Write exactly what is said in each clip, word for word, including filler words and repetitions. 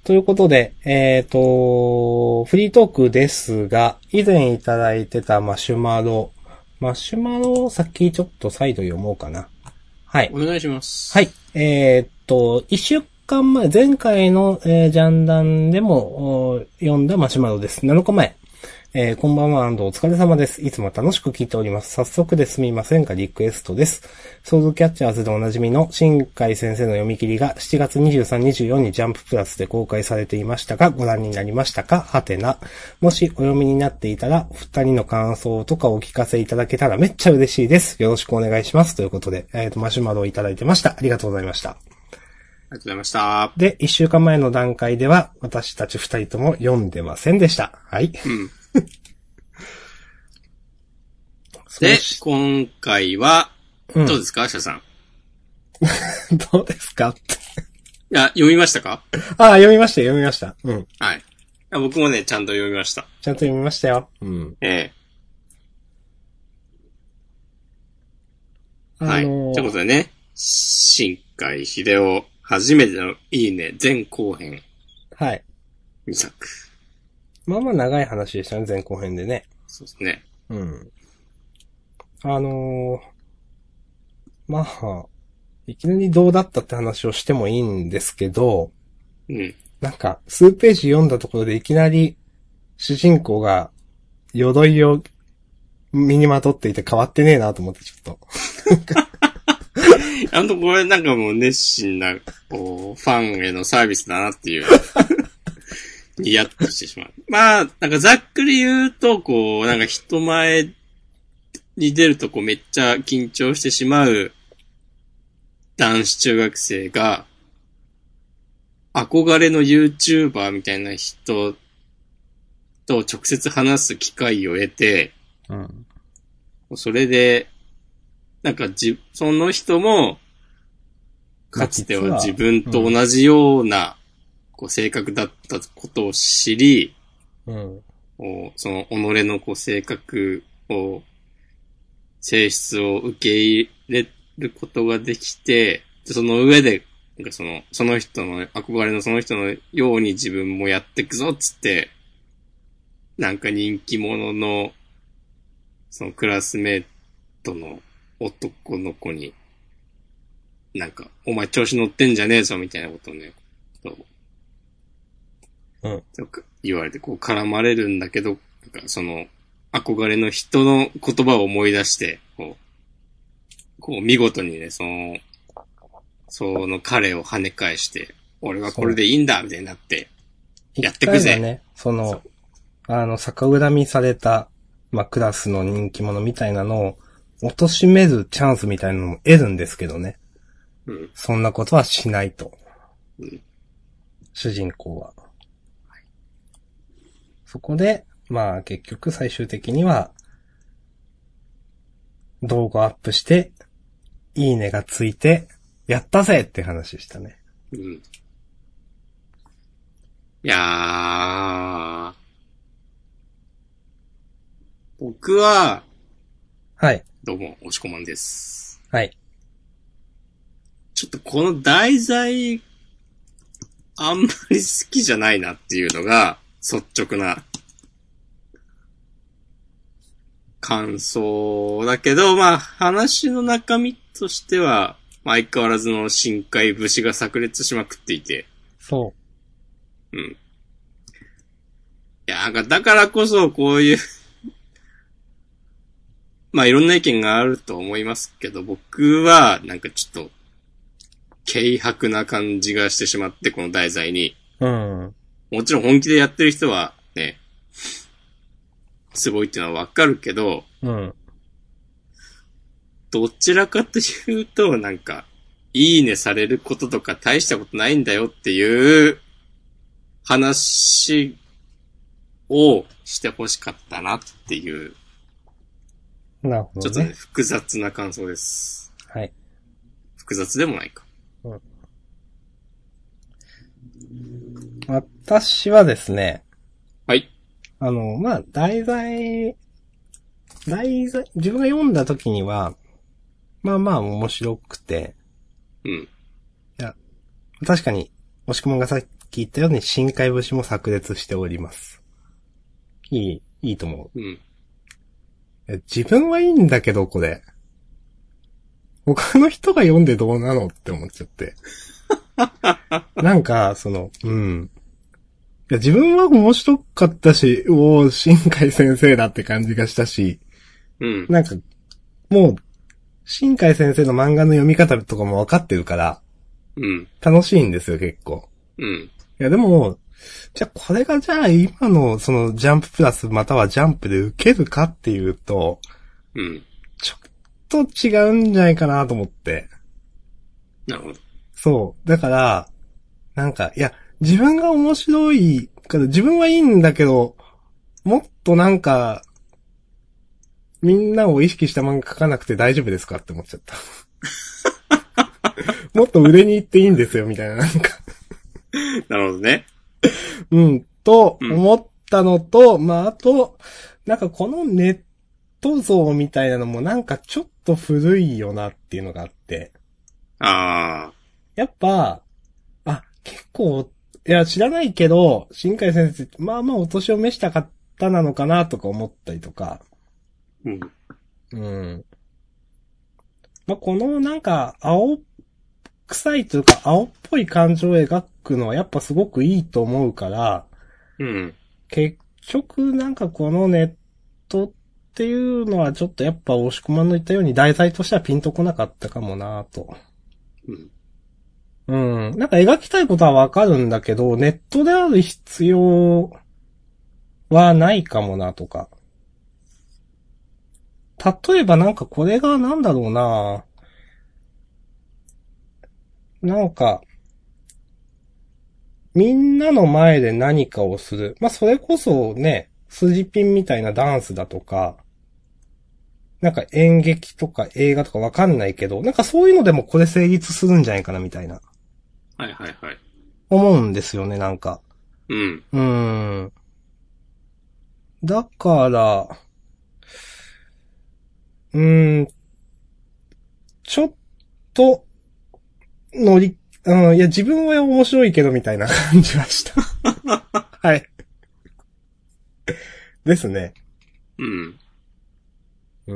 ということで、えっと、フリートークですが、以前いただいてたマシュマロ、マシュマロを先ちょっと再度読もうかな。はい。 お願いします。 はい。えー、っと、一週間前、前回の、えー、ジャンダンでも読んだマシュマロです。なのかまえ。えー、こんばんは、お疲れ様です。いつも楽しく聞いております。早速ですみませんが、リクエストです。ソウルキャッチャーズでおなじみの新海先生の読み切りがしちがつにじゅうさん、にじゅうよっかにジャンププラスで公開されていましたが、ご覧になりましたか？はてな。もしお読みになっていたら、二人の感想とかお聞かせいただけたらめっちゃ嬉しいです。よろしくお願いします。ということで、えっと、マシュマロをいただいてました。ありがとうございました。 ありがとうございました。 で、一週間前の段階では、私たち二人とも読んでませんでした。はい。 うん。で、今回は、どうですか、うん、シャさん。 どうですかって。 いや、読みましたか？ ああ、読みました、読みました。うん。 はい。いや僕もね、ちゃんと読みました。 ちゃんと読みましたよ。うん。 ええ。はい。ということでね、新海秀夫、初めてのいいね、前後編。 はい。 にさく。 まあまあ長い話でしたね、前後編でね。 そうですね。 うん。あのー、まあ、いきなりどうだったって話をしてもいいんですけど、 うん。 なんか、数ページ読んだところでいきなり、主人公が、鎧を身にまとっていて変わってねえなと思ってちょっと。 あのとこれなんかもう熱心な、こう、ファンへのサービスだなっていう。にやっとしてしまう。まあ、なんかざっくり言うと、こう、なんか人前に出るとこうめっちゃ緊張してしまう男子中学生が、憧れの YouTuber みたいな人と直接話す機会を得て、 うん、 それで、なんかじ、その人も、かつては自分と同じような、こう性格だったことを知り、 うん、 その己のこう性格を、性質を受け入れることができて、その上で、なんかその、その人の、憧れのその人のように自分もやっていくぞっつって、なんか人気者の、そのクラスメイトの男の子に、なんか、お前調子乗ってんじゃねえぞみたいなことをね、 うん。 言われてこう絡まれるんだけど、なんかその、憧れの人の言葉を思い出して、こう、こう見事にね、その、その彼を跳ね返して、俺はこれでいいんだみたいになって、やってくぜ。 ね、その、そあの、逆恨みされた、まあ、クラスの人気者みたいなのを、貶めるチャンスみたいなのも得るんですけどね。 うん。 そんなことはしないと。 うん。 主人公は。はい、そこで、まあ結局最終的には、動画アップして、いいねがついて、やったぜって話でしたね。 うん。いやー、僕は、 はい。 どうも、押し込まんです。 はい。 ちょっとこの題材、あんまり好きじゃないなっていうのが、率直な感想だけど、まあ、話の中身としては、相変わらずの深海節が炸裂しまくっていて。 そう。うん。いや、なんか、だからこそ、こういうまあ、いろんな意見があると思いますけど、僕は、なんかちょっと、軽薄な感じがしてしまって、この題材に。 うん。 もちろん本気でやってる人は、ね、すごいっていうのはわかるけど、 うん。 どちらかというと、なんか、いいねされることとか大したことないんだよっていう話をしてほしかったなっていう。 なるほどね。 ちょっとね、複雑な感想です。 はい。 複雑でもないか。 うん。私はですね。 はい。 あの、まあ、題材、題材、自分が読んだ時には、まあまあ面白くて。 うん。いや、確かに、押し込まんがさっき言ったように深海節も炸裂しております。いい、いいと思う。 うん。 自分はいいんだけど、これ。他の人が読んでどうなのって思っちゃって。なんか、その、うん。いや自分は面白かったし、おー、新海先生だって感じがしたし、 うん。 なんか、もう、新海先生の漫画の読み方とかも分かってるから、 うん。 楽しいんですよ、結構。 うん。 いや、でも、じゃあこれがじゃあ今のそのジャンププラスまたはジャンプで受けるかっていうと、 うん。 ちょっと違うんじゃないかなと思って。 なるほど。 そう。だから、なんか、いや、自分が面白いから自分はいいんだけど、もっとなんか、みんなを意識した漫画描かなくて大丈夫ですかって思っちゃった。もっと売れに行っていいんですよ、みたいな、なんか。 なるほどね。 うん、とうん思ったのと、まあ、あと、なんかこのネット像みたいなのもなんかちょっと古いよなっていうのがあって。 ああ。 やっぱ、あ、結構、いや、知らないけど、新海先生、まあまあお年を召した方なのかなとか思ったりとか。 うん。 うん。まあ、このなんか、青臭いというか、青っぽい感情を描くのはやっぱすごくいいと思うから、 うん。 結局なんかこのネットっていうのはちょっとやっぱ押し込まんの言ったように題材としてはピンとこなかったかもなと。 うん。 うん。なんか描きたいことはわかるんだけど、ネットである必要はないかもなとか。例えばなんかこれがなんだろうななんか、みんなの前で何かをする。まあ、それこそね、筋ピンみたいなダンスだとか、なんか演劇とか映画とかわかんないけど、なんかそういうのでもこれ成立するんじゃないかなみたいな。 はいはいはい。 思うんですよね、なんか。 うん。 うーん。だから、うーん、ちょっと、乗り、うん、いや自分は面白いけどみたいな感じはした。はい。ですね。 うん。 うん。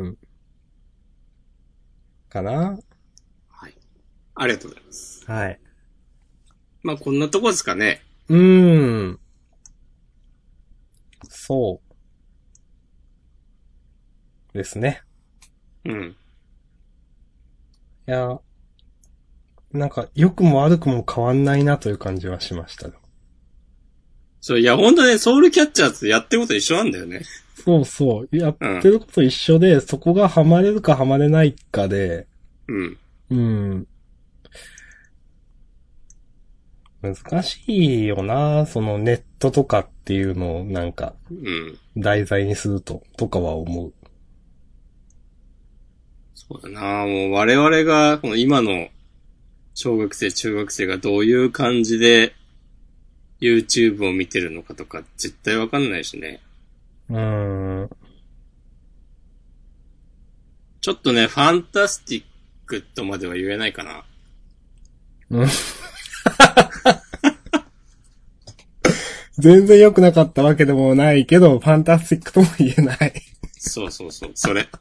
かな。 はい。ありがとうございます。 はい。 まあ、こんなとこですかね。 うーん。そうですね。 うん。 いや、なんか良くも悪くも変わんないなという感じはしました。 そう、いや、ほんとね、ソウルキャッチャーズやってること一緒なんだよね。 そうそう。やっうん。 てること一緒で、そこがハマれるかハマれないかで、 うん。 うん。難しいよな、そのネットとかっていうのをなんか、 うん。 題材にすると、とかは思う。 そうだなもう我々が、この今の小学生、中学生がどういう感じで YouTube を見てるのかとか絶対わかんないしね。 うーん。 ちょっとね、ファンタスティックとまでは言えないかな。 うん全然良くなかったわけでもないけど、ファンタスティックとも言えない。 そうそうそう、それ。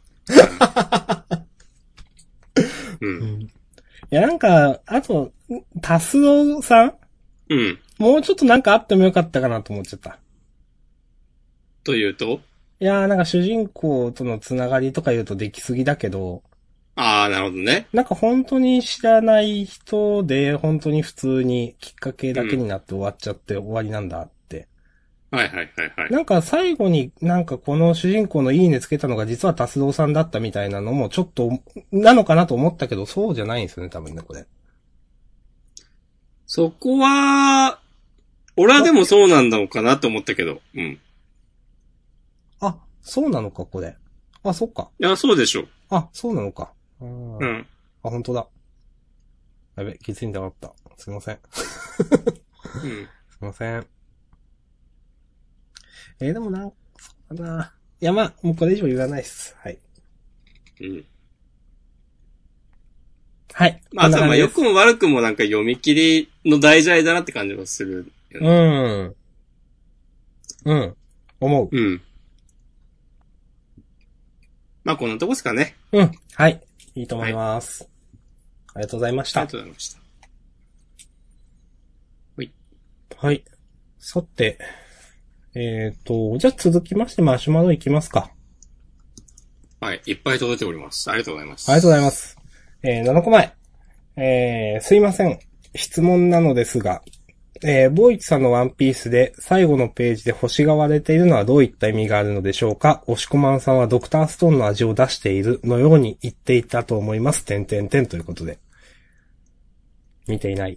うん。うん。 いや、なんか、あと、タスオさんうん。 もうちょっとなんかあってもよかったかなと思っちゃった。 というといやーなんか主人公とのつながりとか言うとできすぎだけど、 ああ、なるほどね。 なんか本当に知らない人で、本当に普通にきっかけだけうん。 になって終わっちゃって終わりなんだって。 はいはいはいはい。 なんか最後になんかこの主人公のいいねつけたのが実はタスドさんだったみたいなのもちょっと、なのかなと思ったけど、そうじゃないんですよね、多分ね、これ。 そこは、俺はでもそうなんだろうかなと思ったけど。うん。 あ、そうなのか、これ。あ、そっか。 いや、そうでしょ。 あ、そうなのか。うん。あ、 うん。 本当だ。やべ、気づいてなかった。すいません。 うん。 すいません。えー、でもな、そうだな。いや、まあ、もうこれ以上言わないっす。はい。 うん。 はい。 まあ、あとはまあ、良くも。 も悪くもなんか読み切りの題材だなって感じがするよね。 うん。うん。思う。 うん。まあ、こんなとこですかね。 うん。はい。いいと思います。はい、ありがとうございました。 ありがとうございました。はい。 はい。さて、えっと、じゃあ続きましてマシュマロいきますか。 はい。いっぱい届いております。ありがとうございます。 ありがとうございます。えー、ななこまえ。えー、すいません。質問なのですが、えー、ボーイチさんのワンピースで最後のページで星が割れているのはどういった意味があるのでしょうか。押しこまんさんはドクターストーンの味を出しているのように言っていたと思います。てんてんてんということで。見ていない。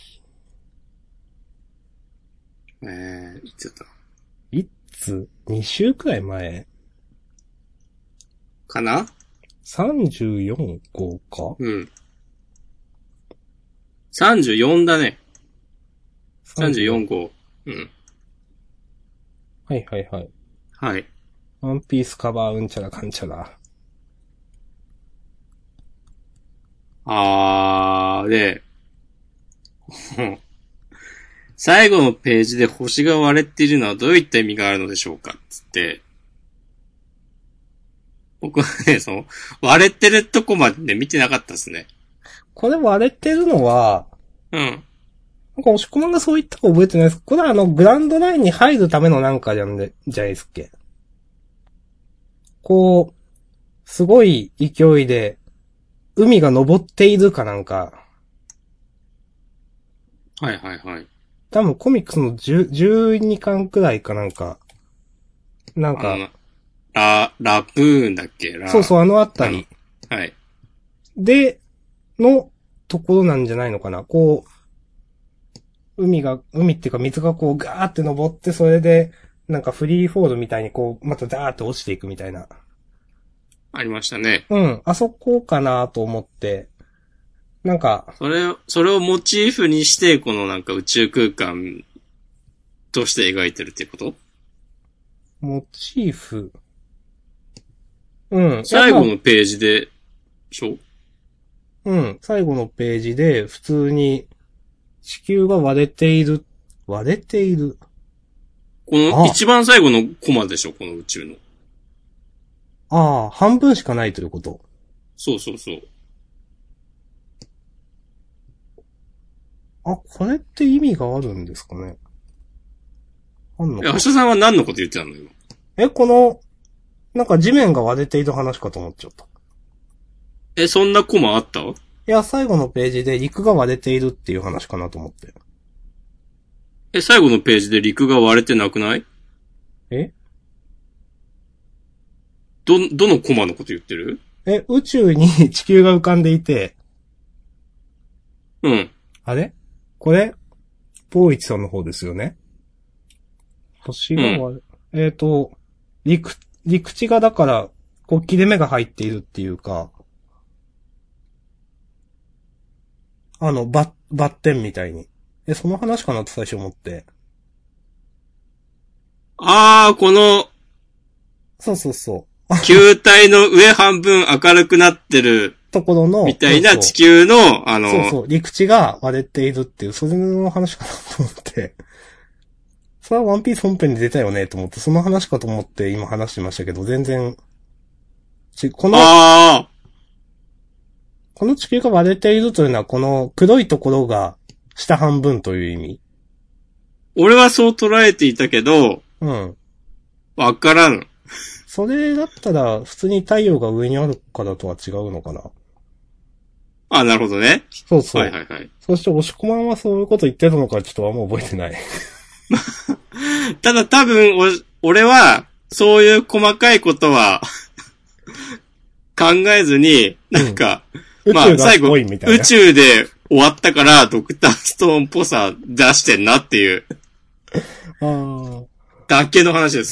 えー、いつだったいつ ?に 週くらい前かな ? さんじゅうよん 号かうん。さんじゅうよんだね。さんじゅうよん号。うん。 はいはいはい。 はい。 ワンピースカバーうんちゃらかんちゃら。 あー、で、最後のページで星が割れているのはどういった意味があるのでしょうかつって、僕はね、その、割れてるとこまでね、見てなかったですね。 これ割れてるのは、 うん。 なんか押し込まんがそう言ったか覚えてないです。これはあの、グランドラインに入るためのなんかじゃんで、じゃないですっけ。こう、すごい勢いで、海が登っているかなんか。 はいはいはい。 多分コミックスのじゅう、じゅうにかんくらいかなんか。なんか。 ラ、ラプーンだっけラそうそう、あのあたり。 はい。 で、のところなんじゃないのかな。こう、海が、海っていうか水がこうガーって登って、それで、なんかフリーフォールみたいにこう、またダーって落ちていくみたいな。 ありましたね。 うん、あそこかなと思って、なんか。 それを、それをモチーフにして、このなんか宇宙空間として描いてるっていうこと？ モチーフ。うん。 最後のページで、しょ？ うん。最後のページで、普通に、地球が割れている。割れている。 この一番最後のコマでしょ、この宇宙の。 ああ、半分しかないということ。 そうそうそう。 あ、これって意味があるんですかね。 あんのか。え、橋田さんは何のこと言ってたの今。 え、この、なんか地面が割れている話かと思っちゃった。 え、そんなコマあった？いや、最後のページで陸が割れているっていう話かなと思って。 え、最後のページで陸が割れてなくない？ えど、どのコマのこと言ってる？ え、宇宙に地球が浮かんでいて。 うん。 あれこれ、ポーイチさんの方ですよね。星が割れ、うん、えっ、ー、と、陸、陸地がだから、こう切れ目が入っているっていうか、あの、バッ、バッテンみたいに。え、その話かなって最初思って。 あー、この、 そうそうそう。 球体の上半分明るくなってる。 ところの。 みたいな地球の、そうそうあの。 そうそう、陸地が割れているっていう、それの話かなと思って。それはワンピース本編で出たよねと思って、その話かと思って今話してましたけど、全然、ち、この、 あこの地球が割れているというのは、この黒いところが下半分という意味。 俺はそう捉えていたけど、 うん。 わからん。 それだったら、普通に太陽が上にあるからとは違うのかな。 あ、なるほどね。 そうそう。 はいはいはい。 そして、押し込まんはそういうこと言ってたのかちょっとあんま覚えてない。 ただ多分、お、俺は、そういう細かいことは、考えずに、なんか、うん、まあ最後、宇宙で終わったから、ドクターストーンっぽさ出してんなっていう。 あだけの話です。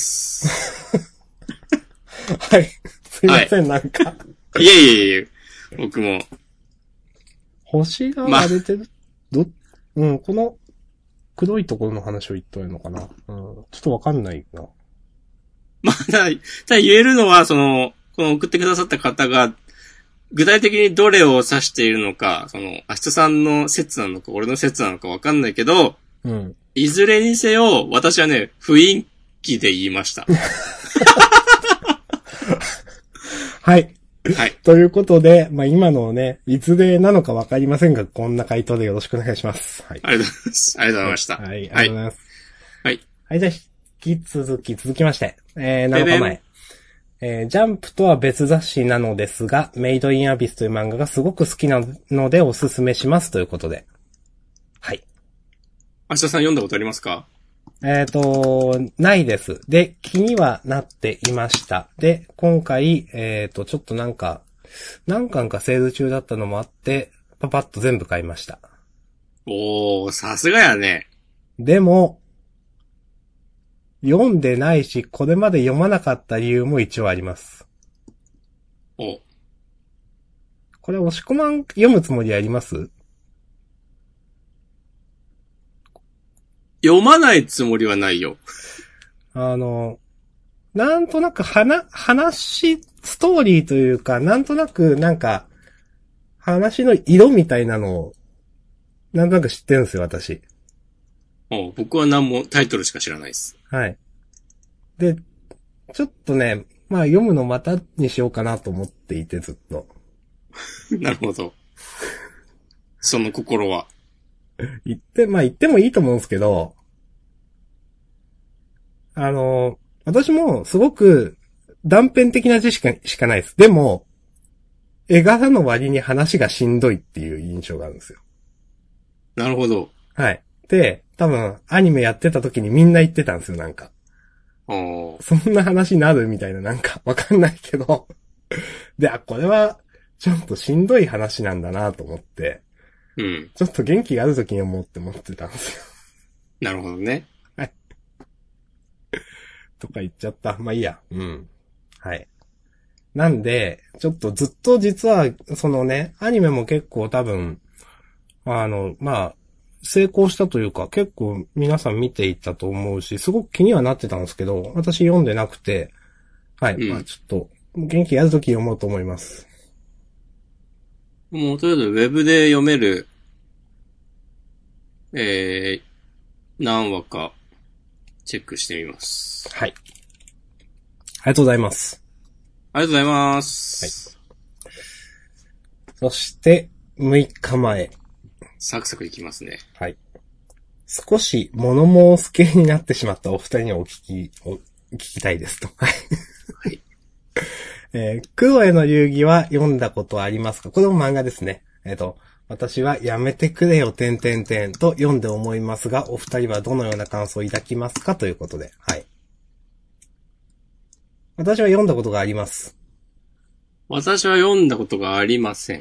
はい。すいません、はい、なんか。 いえいえいえ、僕も。 星が割れてる、ま、ど、うん、この黒いところの話を言っとるのかな。うん、ちょっとわかんないな。 まあ、ただ、ただ言えるのは、その、この送ってくださった方が、 具体的にどれを指しているのか、その、明日さんの説なのか、俺の説なのかわかんないけど、 うん。 いずれにせよ、私はね、雰囲気で言いました。 はい。 はい。 ということで、まあ、今のね、いずれなのかわかりませんが、こんな回答でよろしくお願いします。はい。 ありがとうございます。ありがとうございました。 はい。はい、ありがとうございます。 はい。 はい、じゃあ、引き続き、続きまして、えー、なのかまえ。えー、ジャンプとは別雑誌なのですが、メイドインアビスという漫画がすごく好きなのでおすすめしますということで。はい。 明日さん読んだことありますか？ えっと、ないです。で、気にはなっていました。で、今回、えっと、ちょっとなんか、何巻かセール中だったのもあって、パパッと全部買いました。 おー、さすがやね。 でも、読んでないし、これまで読まなかった理由も一応あります。 お。 これ、押し込まん読むつもりあります？ 読まないつもりはないよ。 あの、なんとなく話、話、ストーリーというか、なんとなくなんか、話の色みたいなのを、なんとなく知ってるんですよ、私。 お、僕は何もタイトルしか知らないです。 はい。で、ちょっとね、まあ読むのまたにしようかなと思っていて、ずっと。 なるほど。その心は。 言って、まあ言ってもいいと思うんですけど、あの、私もすごく断片的な知識しかないです。でも、絵柄の割に話がしんどいっていう印象があるんですよ。 なるほど。 はい。で、多分、アニメやってた時にみんな言ってたんですよ、なんか。 おそんな話になるみたいな、なんか、わかんないけど。で、あ、これは、ちょっとしんどい話なんだなと思って、 うん。 ちょっと元気がある時に読もうって思ってたんですよ。 なるほどね。 はい。とか言っちゃった。まあいいや。うん。はい。なんで、ちょっとずっと実は、そのね、アニメも結構多分、あの、まあ、成功したというか、結構皆さん見ていたと思うし、すごく気にはなってたんですけど、私読んでなくて、はい。 うん。 まあちょっと、元気ある時読もうと思います。 もうとりあえずウェブで読める、えー、何話かチェックしてみます。 はい。ありがとうございます。 ありがとうございます。 はい。そして、むいかまえ。 サクサクいきますね。 はい。少し物申す系になってしまったお二人にお聞き、お聞きたいですと。はい。 はい。 えー、クロエの流儀は読んだことはありますか？これも漫画ですね。えっと、私はやめてくれよ、てんてんてんと読んで思いますが、お二人はどのような感想を抱きますかということで。はい。私は読んだことがあります。 私は読んだことがありません。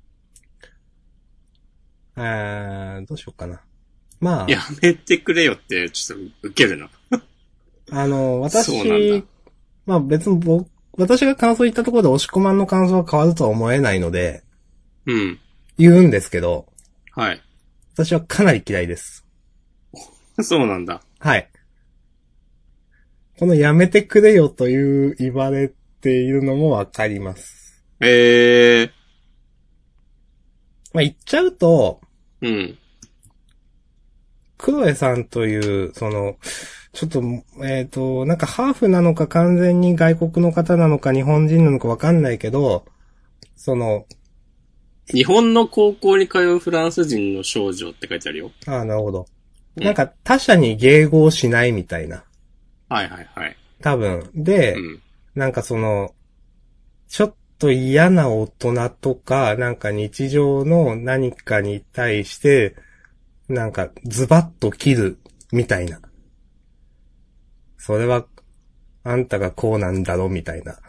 えー、どうしようかな。まあ。 やめてくれよって、ちょっとウケるな。 あの、私、 そうなんだ。 まあ別に僕、私が感想言ったところで押し込まんの感想は変わるとは思えないので、 うん。 言うんですけど、 はい。 私はかなり嫌いです。 そうなんだ。 はい。このやめてくれよという言われているのもわかります。 えー。 まあ、言っちゃうと、 うん。 クロエさんという、その、ちょっと、えっと、なんかハーフなのか完全に外国の方なのか日本人なのかわかんないけど、その、 日本の高校に通うフランス人の少女って書いてあるよ。 ああ、なるほど。 うん、 なんか他者に迎合しないみたいな。 はいはいはい。 多分。で、 うん、 なんかその、ちょっと嫌な大人とか、なんか日常の何かに対して、なんかズバッと切るみたいな。それは、あんたがこうなんだろみたいな。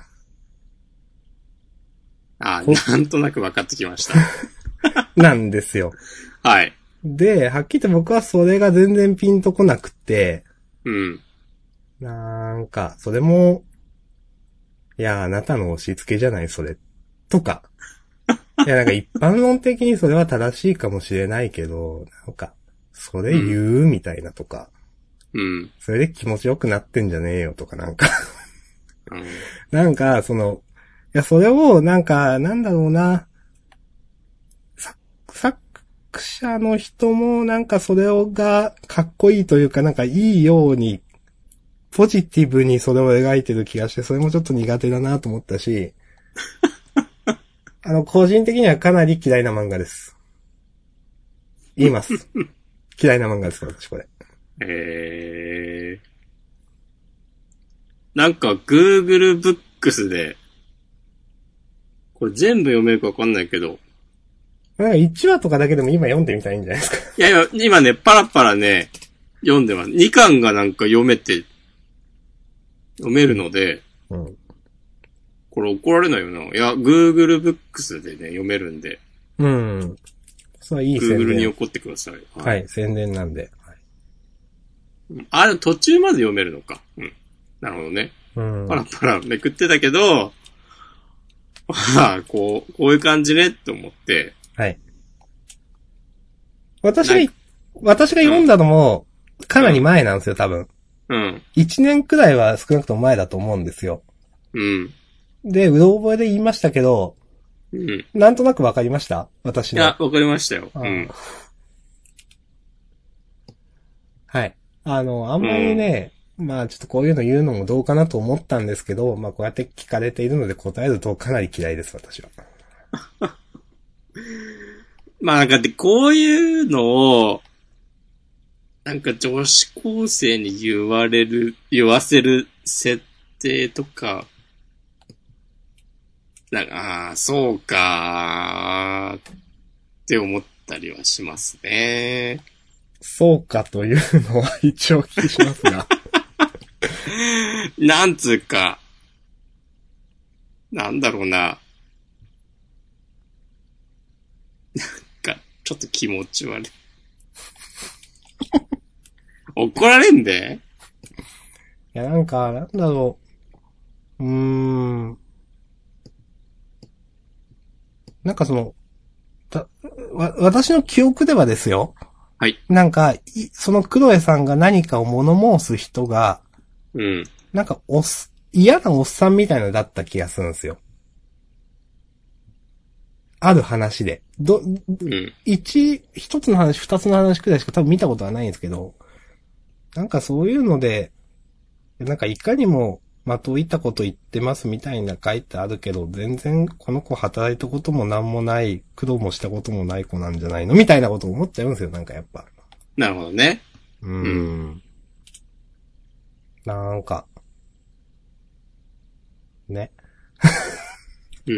ああ、なんとなく分かってきました。 なんですよ。 はい。 で、はっきり言って僕はそれが全然ピンとこなくて、 うん。 なんか、それも、いや、あなたの押し付けじゃない、それ。とか。いや、なんか一般論的にそれは正しいかもしれないけど、なんか、それ言う、みたいなとか。 うん。 それで気持ちよくなってんじゃねえよとかなんかうん。 なんか、その、 や、それを、なんか、なんだろうな。作、作者の人も、なんかそれをが、かっこいいというか、なんかいいように、ポジティブにそれを描いてる気がして、それもちょっと苦手だなと思ったし、あの、個人的にはかなり嫌いな漫画です。言います。嫌いな漫画ですから、私これ。 えー。なんか Google ブックスで、これ全部読めるかわかんないけど。 なんかいちわとかだけでも今読んでみたらいいんじゃないですか。 いや今、今ね、パラパラね、読んでます。にかんがなんか読めて、読めるので、 うん。 これ怒られないよな。いや、Google ブックスでね、読めるんで。 うん。それはいい宣伝。 Google に怒ってください。 はい、はい、宣伝なんで。はい、 あれ、途中まで読めるのか。うん。なるほどね。 うん。 パラパラめくってたけど、ああ、こう、こういう感じねって思って。 はい。私が、私が読んだのも、かなり前なんですよ、多分。 うん。 いちねんくらいは少なくとも前だと思うんですよ。 うん。 で、うろ覚えで言いましたけど、 うん。 なんとなくわかりました私の。 いや、わかりましたよ。うん。 はい。あの、あんまりね、うん、まあちょっとこういうの言うのもどうかなと思ったんですけど、まあこうやって聞かれているので答えるとかなり嫌いです、私は。 まあなんかで、こういうのを、なんか女子高生に言われる、言わせる設定とか、なんか、ああ、そうかーって思ったりはしますね。 そうかというのは一応お聞きしますが。 なんつうか、なんだろうな。なんか、ちょっと気持ち悪い。怒られんで？ いや、なんか、なんだろう。うーん。なんかその、た、わ、私の記憶ではですよ。 はい。 なんか、いそのクロエさんが何かを物申す人が、 うん。 なんか、おっ、嫌なおっさんみたいなのだった気がするんですよ。ある話で。ど、 うん。 一、一つの話、二つの話くらいしか多分見たことはないんですけど、なんかそういうので、なんかいかにも的を射ったこと言ってますみたいな書いてあるけど、全然この子働いたこともなんもない、苦労もしたこともない子なんじゃないのみたいなこと思っちゃうんですよ、なんかやっぱ。 なるほどね。 うーん。うん、なんか、ね。 うん。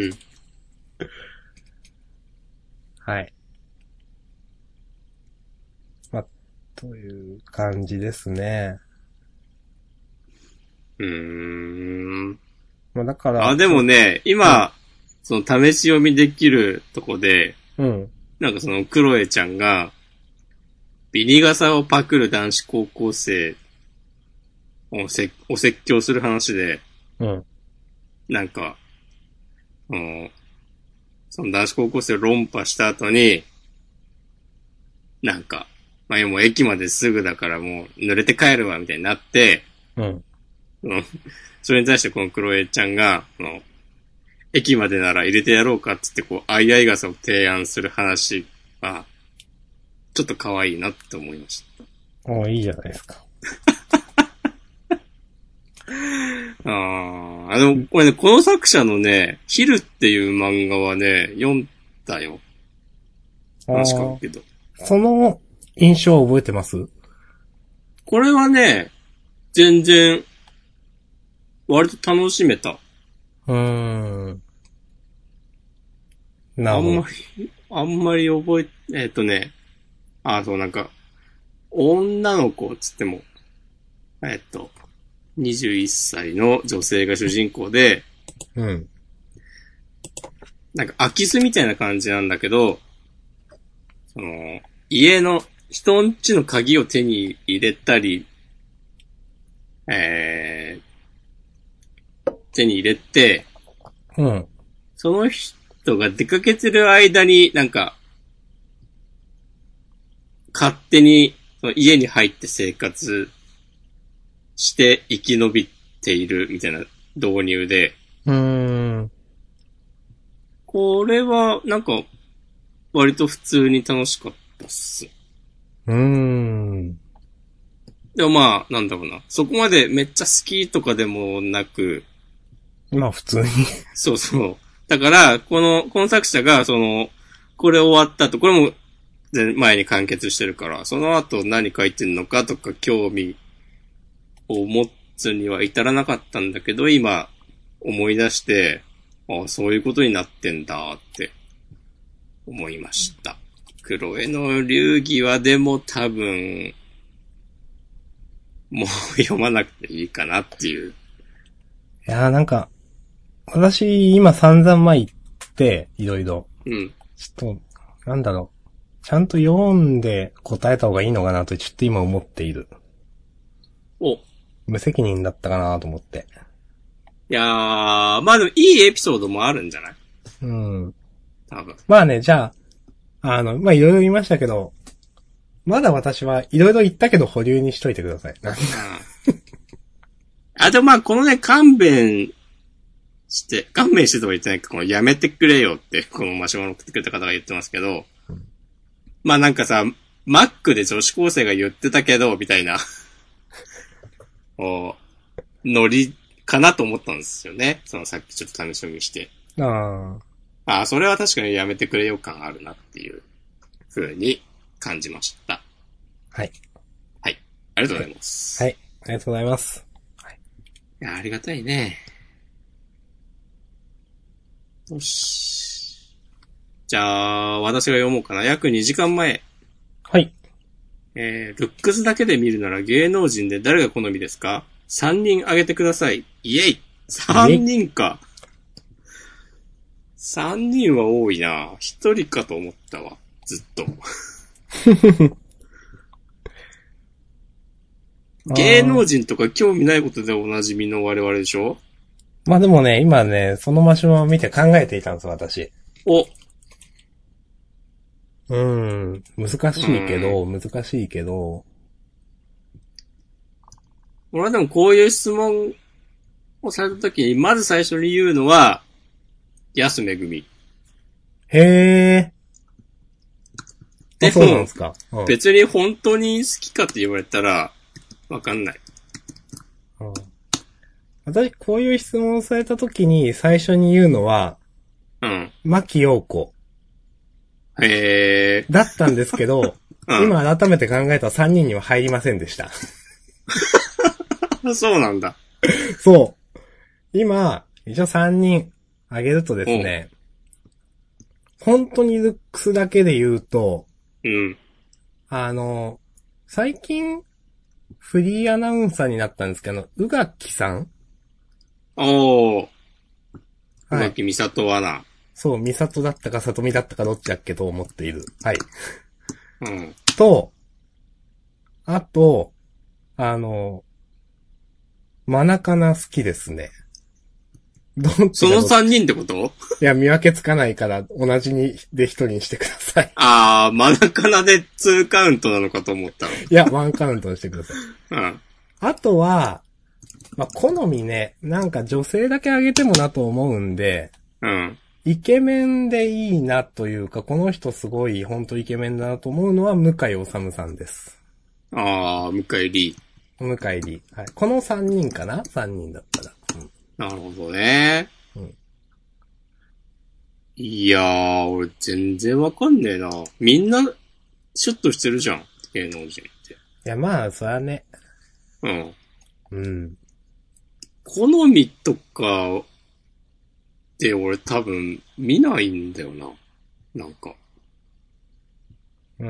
はい。まあ、という感じですね。 うーん。 まあだから。 あ、でもね、今、その試し読みできるとこで、 うん。 なんかそのクロエちゃんが、ビニ傘をパクる男子高校生をせお説教する話で、 うん。 なんか、うん、その男子高校生を論破した後に、なんか、まあ、もう駅まですぐだからもう濡れて帰るわ、みたいになって、 うん。 うん、それに対してこのクロエちゃんが、あの、駅までなら入れてやろうかって言って、こう、あいあい傘を提案する話は、ちょっと可愛いなって思いました。 おー、いいじゃないですか。 ああ、でも、これね、この作者のね、ヒルっていう漫画はね、読んだよ。話変わるけど。 その印象を覚えてます？ これはね、全然、割と楽しめた。 うーん。なるほど。 あんまり、あんまり覚え、えっとね、あ、そうなんか、女の子っつっても、えっと、にじゅういっさいの女性が主人公で、 うん。 なんか空き巣みたいな感じなんだけど、その、家の、人ん家の鍵を手に入れたり、えー、手に入れて、 うん。 その人が出かけてる間になんか、勝手にその家に入って生活して生き延びているみたいな導入で、 うーん。 これは、なんか、割と普通に楽しかったっす。 うーん。 でもまあ、なんだろうな。そこまでめっちゃ好きとかでもなく、 まあ普通に。 そうそう。だから、この、この作者が、その、これ終わった後、これも前に完結してるから、その後何書いてんのかとか興味を持つには至らなかったんだけど、今思い出して、ああ、そういうことになってんだって思いました。黒絵の流儀はでも多分、もう読まなくていいかなっていう。 いやーなんか、私今散々前言って、いろいろ。 うん。 ちょっと、なんだろう。ちゃんと読んで答えた方がいいのかなとちょっと今思っている。 お。 無責任だったかなと思って。 いやー、まあでもいいエピソードもあるんじゃない？ うん。 多分。 まあね、じゃあ、あの、まあいろいろ言いましたけど、まだ私はいろいろ言ったけど保留にしといてください。 うん。あ、でもまあこのね、勘弁して、勘弁してとは言ってないけど、このやめてくれよって、このマシュマロ送ってくれた方が言ってますけど、うん、まあなんかさ、マックで女子高生が言ってたけど、みたいな、おノリかなと思ったんですよね。そのさっきちょっと試し読みして。 ああ。あ、それは確かにやめてくれよ感あるなっていう風に感じました。 はい。 はい。ありがとうございます。 はい。ありがとうございます。はい、 いや、ありがたいね。よし。じゃあ、私が読もうかな。約にじかんまえ。 はい。 えー、ルックスだけで見るなら芸能人で誰が好みですか？ さん 人挙げてください。イェイ !さん 人か。さんにんは多いな。ひとりかと思ったわ。ずっと。芸能人とか興味ないことでおなじみの我々でしょ？ まあでもね、今ね、そのマシュマロを見て考えていたんです、私。 お。 うーん。難しいけど、難しいけど。 俺はでもこういう質問をされたときに、まず最初に言うのは、安めぐみ。 へー。 でも、 そうなんですか、うん、 別に本当に好きかって言われたら、わかんない。 うん、私、こういう質問をされたときに最初に言うのは、 うん。 牧陽子。 へー。 だったんですけど、うん、今改めて考えたらさんにんには入りませんでした。 そうなんだ。 そう。今、一応さんにん挙げるとですね、本当にルックスだけで言うと、 うん。 あの、最近、フリーアナウンサーになったんですけど、宇垣さん？ おー。宇はい。 垣美里アナ。 そう、美里だったか里美だったかどっちだっけと思っている。はい。 うん。 と、あと、あの、マナカナ好きですね。 どっちそのさんにんってこと？ いや、見分けつかないから、同じに、で一人にしてください。 あー、マナカナでにカウントなのかと思ったの。 いや、ワンカウントにしてください。 うん。 あとは、まあ、好みね、なんか女性だけあげてもなと思うんで、 うん。 イケメンでいいなというか、この人すごい、ほんとイケメンだなと思うのは、向井治さんです。 あー、向井理。 向井理。はい。このさんにんかな ?さん 人だったら。うん、 なるほどね。うん。いやー、俺全然わかんねえな。みんな、シュッとしてるじゃん。芸能人って。いや、まあ、そらね。 うん。 うん。 好みとか、って俺多分見ないんだよな。なんか。 うん。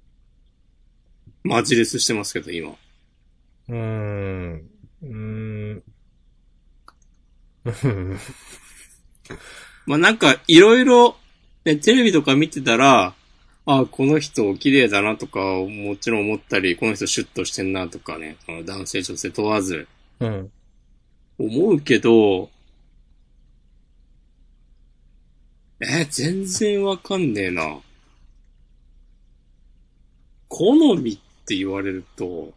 マジレスしてますけど、今。 うーん。うーん。 まあ、なんか、いろいろ、ね、テレビとか見てたら、あ、この人綺麗だなとか、もちろん思ったり、この人シュッとしてんなとかね、男性女性問わず、 うん。 思うけど、え、全然わかんねえな。好みって言われると、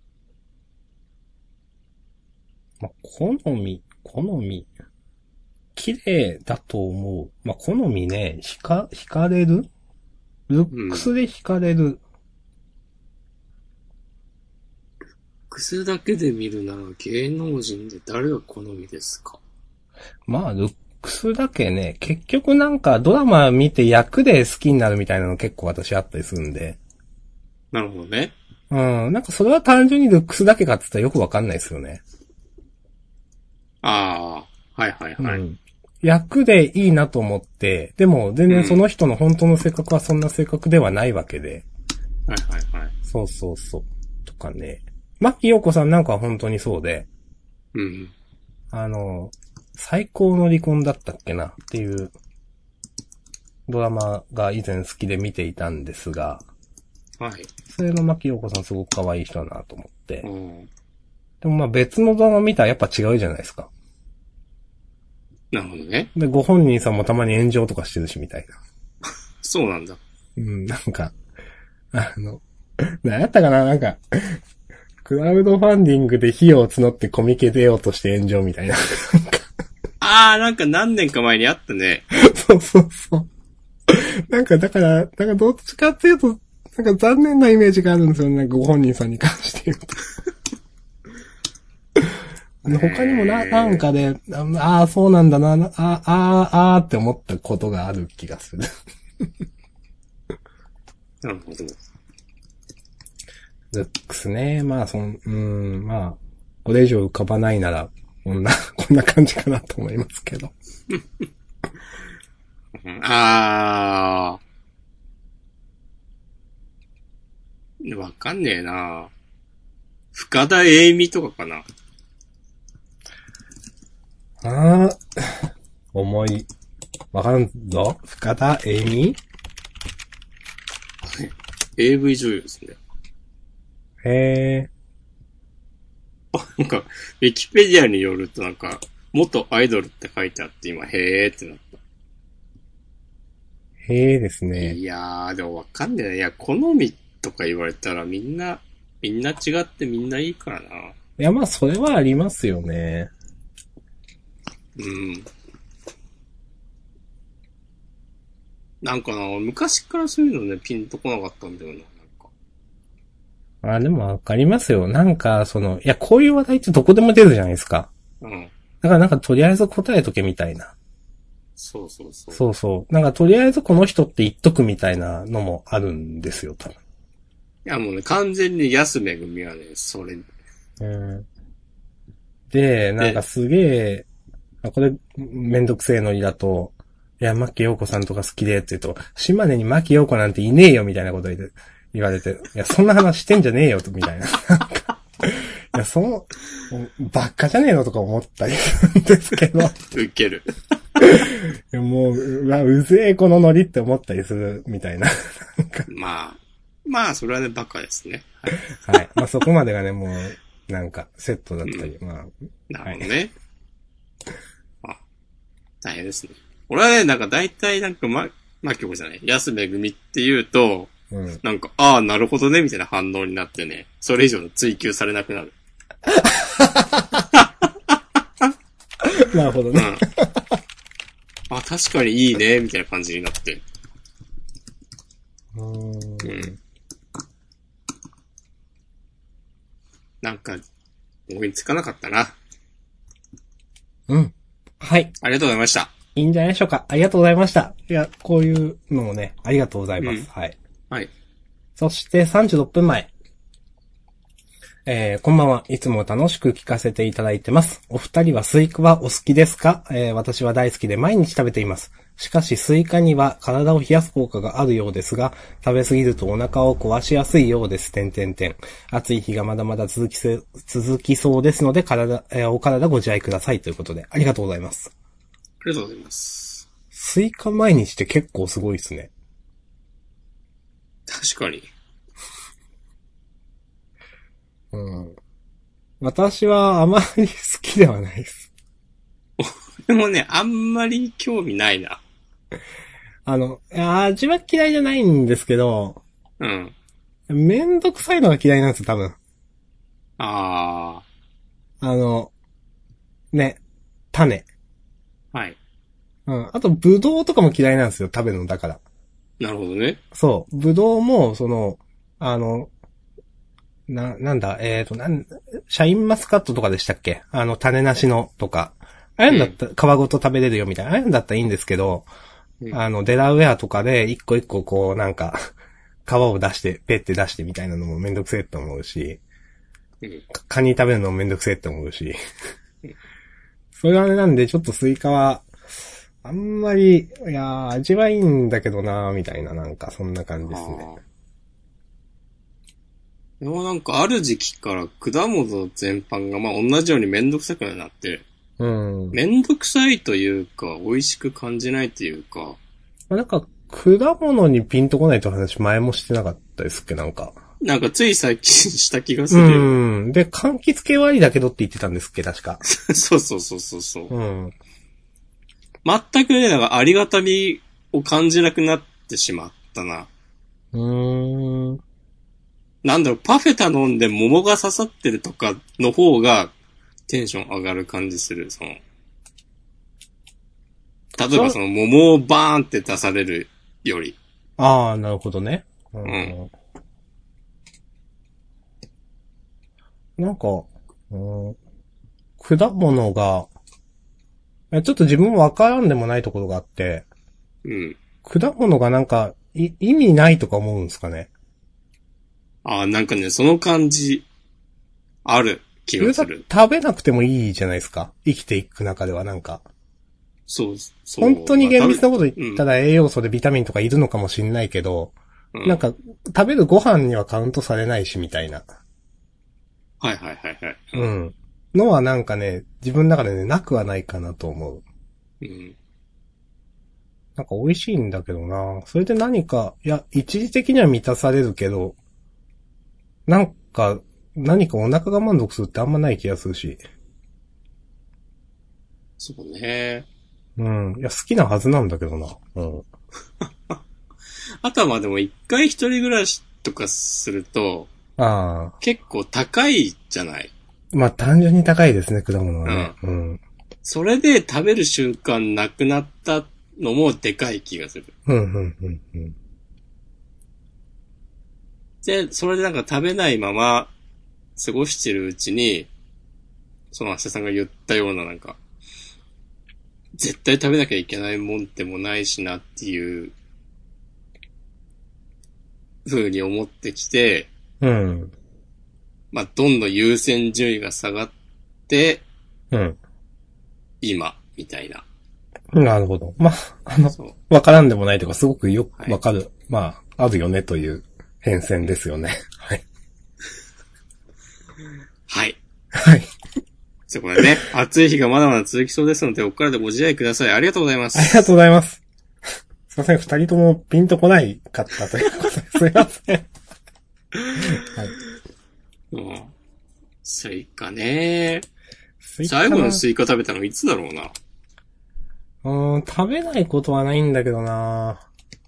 まあ、好み、好み。 綺麗だと思う。まあ、好みね、ひか、惹かれるルックスで惹かれる。 クスだけで見るなら芸能人で誰が好みですか？ まあ、ルックスだけね、結局なんかドラマ見て役で好きになるみたいなの結構私あったりするんで。 なるほどね。 うん、なんかそれは単純にルックスだけかって言ったらよくわかんないですよね。 ああ、はいはいはい。 うん。役でいいなと思って、でも全然その人の本当の性格はそんな性格ではないわけで。 はいはいはい。 そうそうそう。とかね。牧陽子さんなんかは本当にそうで、 うん。 あの、最高の離婚だったっけなっていうドラマが以前好きで見ていたんですが、 はい。 それの牧陽子さんすごく可愛い人だなと思って。 うん。 でもまあ別のドラマ見たらやっぱ違うじゃないですか。 なるほどね。 で、ご本人さんもたまに炎上とかしてるしみたいな。 そうなんだ。 うん、なんか、あの、何やったかななんか、クラウドファンディングで費用を募ってコミケ出ようとして炎上みたいな。 ああ、なんか何年か前にあったね。 そうそうそう。なんかだから、なんかどっちかっていうと、なんか残念なイメージがあるんですよね。なんかご本人さんに関して言うと。他にもな、なんかで、ああ、そうなんだな、ああ、ああ、あーって思ったことがある気がする。 なるほど。 ルックスね。まあ、そん、うん、まあ、これ以上浮かばないなら、こんな、こんな感じかなと思いますけど。 あー。わかんねえな。深田栄美とかかな。 ああ、思い、わかんぞ。深田栄美エーブイ 女優ですね。 へえ。 なんか、ウィキペディアによるとなんか、元アイドルって書いてあって今、へーってなった。 へえですね。 いやー、でもわかんねえな。いや、好みとか言われたらみんな、みんな違ってみんないいからな。 いや、まあ、それはありますよね。 うん。なんかな、昔からそういうのね、ピンとこなかったんだよな、なんか。 あ、でもわかりますよ。なんか、その、いや、こういう話題ってどこでも出るじゃないですか。 うん。 だからなんかとりあえず答えとけみたいな。 そうそうそう。 そうそう。なんかとりあえずこの人って言っとくみたいなのもあるんですよ、多分。 いや、もうね、完全に安めぐみはね、それ。 うん。で、なんかすげえ、あこれ、めんどくせえのにだと、いや、牧陽子さんとか好きでって言うと、島根に牧陽子なんていねえよみたいなこと言って言われて、いや、そんな話してんじゃねえよと、みたいな。なんかいや、その、ばっかじゃねえのとか思ったりするんですけど。 ウケる。 いやもう、うわ、うぜえこのノリって思ったりするみたいな。なんかまあ、まあ、それはね、バカですね。 はい。はい。まあ、そこまでがね、もう、なんか、セットだったり、うん、まあ。 なるほどね。はい、あ、大変ですね。俺はね、なんか大体なんか、ま、まきょこじゃない。安めぐみって言うと、うん、なんか、ああ、なるほどね、みたいな反応になってね、それ以上の追求されなくなる。 なるほどね。 うん、あ、確かにいいね、みたいな感じになって。 うーん。うん。 なんか、思いつかなかったな。 うん。はい。 ありがとうございました。 いいんじゃないでしょうか。ありがとうございました。いや、こういうのもね、ありがとうございます。うん、はい。 はい。 そしてさんじゅうろっぷんまえ。えー、こんばんは。いつも楽しく聞かせていただいてます。お二人はスイカはお好きですか？えー、私は大好きで毎日食べています。しかしスイカには体を冷やす効果があるようですが、食べ過ぎるとお腹を壊しやすいようです。点々点。暑い日がまだまだ続きせ、続きそうですので、体、えー、お体ご自愛くださいということで、ありがとうございます。 ありがとうございます。 スイカ毎日って結構すごいですね。 確かに。 うん。私はあまり好きではないです。 でもね、あんまり興味ないな。 あの、味は嫌いじゃないんですけど、 うん。 めんどくさいのが嫌いなんですよ、多分。 ああの、ね、種。 はい。 うん。あと、ぶどうとかも嫌いなんですよ、食べるのだから。 なるほどね。 そう。ぶどうも、その、あの、な、なんだ、えーと、なん、シャインマスカットとかでしたっけ？あの、種なしのとか。ああいうんだったら、皮ごと食べれるよみたいな。ああいうんだったらいいんですけど、 うん、 あの、デラウェアとかで、一個一個こう、なんか、皮を出して、ペッて出してみたいなのもめんどくせえって思うし、 うん、 カニ食べるのもめんどくせえって思うし。それはあれなんで、ちょっとスイカは、あんまり、いやー、味はいいんだけどなー、みたいな、なんか、そんな感じですね。 でもなんかある時期から果物全般がまあ同じようにめんどくさくなって、 うん。 めんどくさいというか、美味しく感じないというか。 なんか、果物にピンとこないと話前もしてなかったですっけ、なんか。 なんかつい最近した気がするよ。 うん。で、柑橘系はありだけどって言ってたんですっけ、確か。 そうそうそうそうそう。 うん。 全くね、なんかありがたみを感じなくなってしまったな。 うーん。 なんだろう、パフェ頼んで桃が刺さってるとかの方がテンション上がる感じする。その、例えばその桃をバーンって出されるより。 ああ、なるほどね。うん。 うん、 なんか、うん、果物が、ちょっと自分もわからんでもないところがあって、 うん。 果物がなんか、い、意味ないとか思うんですかね。 ああ、なんかね、その感じ、ある気がする。 食べなくてもいいじゃないですか。生きていく中ではなんか。 そう、そう。 本当に厳密なこと言ったまあら栄養素でビタミンとかいるのかもしんないけど、 うん、 なんか、食べるご飯にはカウントされないし、みたいな。 はいはいはいはい。 うん。のはなんかね、自分の中でね、なくはないかなと思う。 うん。 なんか美味しいんだけどな。それで何か、いや、一時的には満たされるけど、なんか、何かお腹が満足するってあんまない気がするし。 そうね。 うん。いや、好きなはずなんだけどな。うん。 あとはまあでも一回一人暮らしとかすると、 ああ。 結構高いじゃない。 まあ単純に高いですね、果物はね。うん。うん、 それで食べる習慣なくなったのもでかい気がする。 うん、うん、うん、うん。 で、それでなんか食べないまま過ごしてるうちに、その明日さんが言ったようななんか、絶対食べなきゃいけないもんでもないしなっていう風に思ってきて、 うん。 まあ、どんどん優先順位が下がって、 うん。 今、みたいな。 なるほど。まあ、あの、わからんでもないとか、すごくよくわかる、はい。まあ、あるよねという変遷ですよね。はい。 はい。 はい。 じゃあこれね、暑い日がまだまだ続きそうですので、お体でご自愛ください。ありがとうございます。 ありがとうございます。すいません、二人ともピンとこないかったということですいません。はい。 うん。スイカね。最後のスイカ食べたのいつだろうな。 うーん、食べないことはないんだけどな。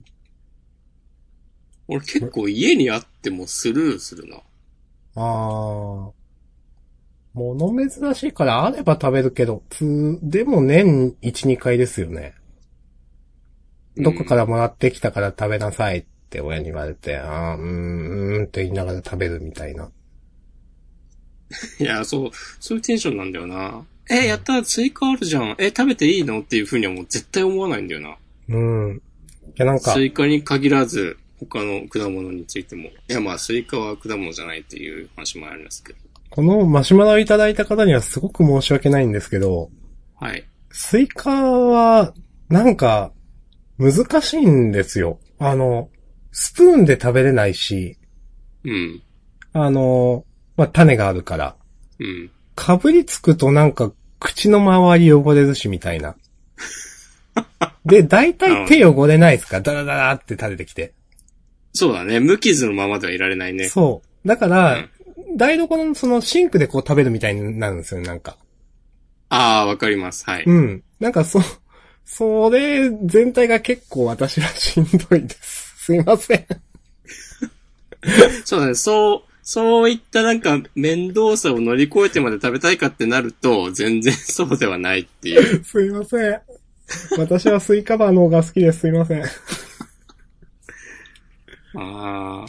俺結構家にあってもスルーするな。 あー。物珍しいからあれば食べるけど、つ、でも年いち、にかいですよね。どっかからもらってきたから食べなさいって親に言われて、あー、うーん、うーんって言いながら食べるみたいな。 いや、そう、そういうテンションなんだよな。え、やったらスイカあるじゃん。え、食べていいのっていう風にはもう絶対思わないんだよな。 うん。いやなんか。 スイカに限らず、他の果物についても。いやまあ、スイカは果物じゃないっていう話もありますけど。 このマシュマロをいただいた方にはすごく申し訳ないんですけど。 はい。 スイカは、なんか、難しいんですよ。あの、スプーンで食べれないし。 うん。 あの、まあ、種があるから。 うん。 かぶりつくとなんか、口の周り汚れるしみたいな。で、大体手汚れないですか？ダラダラって垂れてきて。 そうだね。無傷のままではいられないね。 そう。だから、うん、台所のそのシンクでこう食べるみたいになるんですよね、なんか。 ああ、わかります。はい。 うん。なんかそ、それ全体が結構私はしんどいです。すいません。 そうだね。そう、そういったなんか面倒さを乗り越えてまで食べたいかってなると、全然そうではないっていう。 すいません。 私はスイカバーの方が好きです。すいません。 あ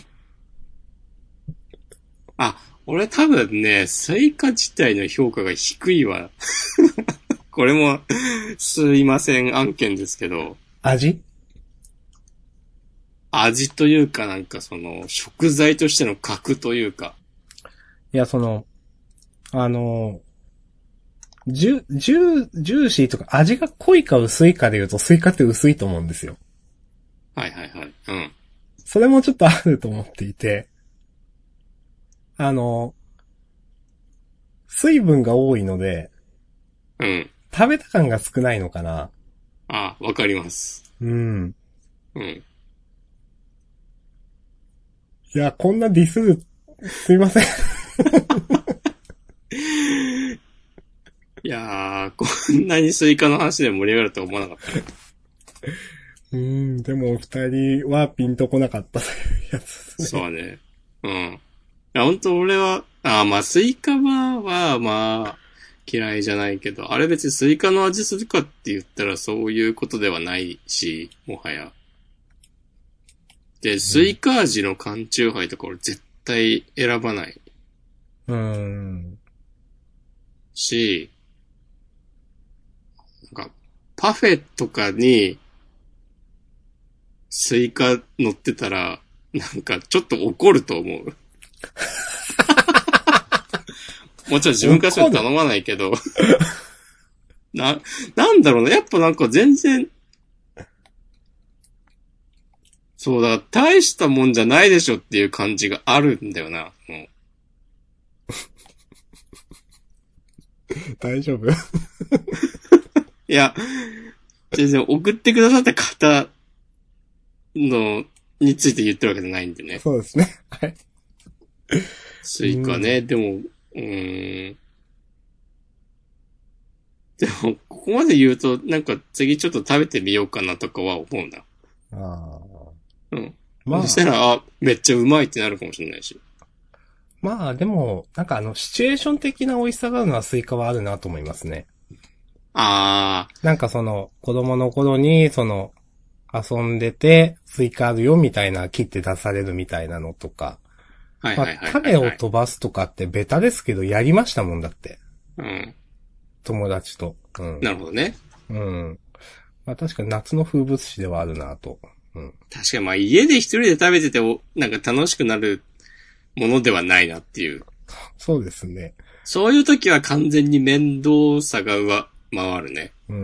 あ。あ、俺多分ね、スイカ自体の評価が低いわ。これも、すいません案件ですけど。 味味というかなんかその、食材としての格というか。 いや、その、あの、ジュ、ジュ、ジューシーとか味が濃いか薄いかで言うとスイカって薄いと思うんですよ。 はいはいはい。うん。 それもちょっとあると思っていて、あの、水分が多いので、 うん。 食べた感が少ないのかな。 あ、わかります。 うん。 うん。 いや、こんなディスる、すいません。 いやー、こんなにスイカの話で盛り上がるとは思わなかったね。 うーん、でもお二人はピンとこなかったというやつですね。 そうね。うん。いや、本当俺は、あーまあ、スイカは、は、まあ、嫌いじゃないけど、あれ別にスイカの味するかって言ったらそういうことではないし、もはや。で、スイカ味の缶チューハイとか俺絶対選ばないうーん。 し、なんか、パフェとかに、スイカ乗ってたら、なんかちょっと怒ると思う。もちろん自分からしか頼まないけど、な、なんだろうな、やっぱなんか全然、そうだ、大したもんじゃないでしょっていう感じがあるんだよな。もう大丈夫？ いや、全然送ってくださった方の、について言ってるわけじゃないんでね。 そうですね。はい。 スイカね、でも、うーん。でも、ここまで言うと、なんか次ちょっと食べてみようかなとかは思うな。 ああ。 うん。 まあそしたら、あ、めっちゃうまいってなるかもしれないし。 まあでも、なんかあの、シチュエーション的な美味しさがあるのはスイカはあるなと思いますね。 あなんかその、子供の頃に、その、遊んでて、スイカあるよみたいな切って出されるみたいなのとか。 ー。はいまあ、 はいはいはい、 種を飛ばすとかってベタですけど、やりましたもんだって。 うん。 友達と。うん。 なるほどね。 うん。まあ確かに夏の風物詩ではあるなと。うん。 確かにまあ家で一人で食べててお、なんか楽しくなるものではないなっていう。 そうですね。 そういう時は完全に面倒さが上回るね。 うん。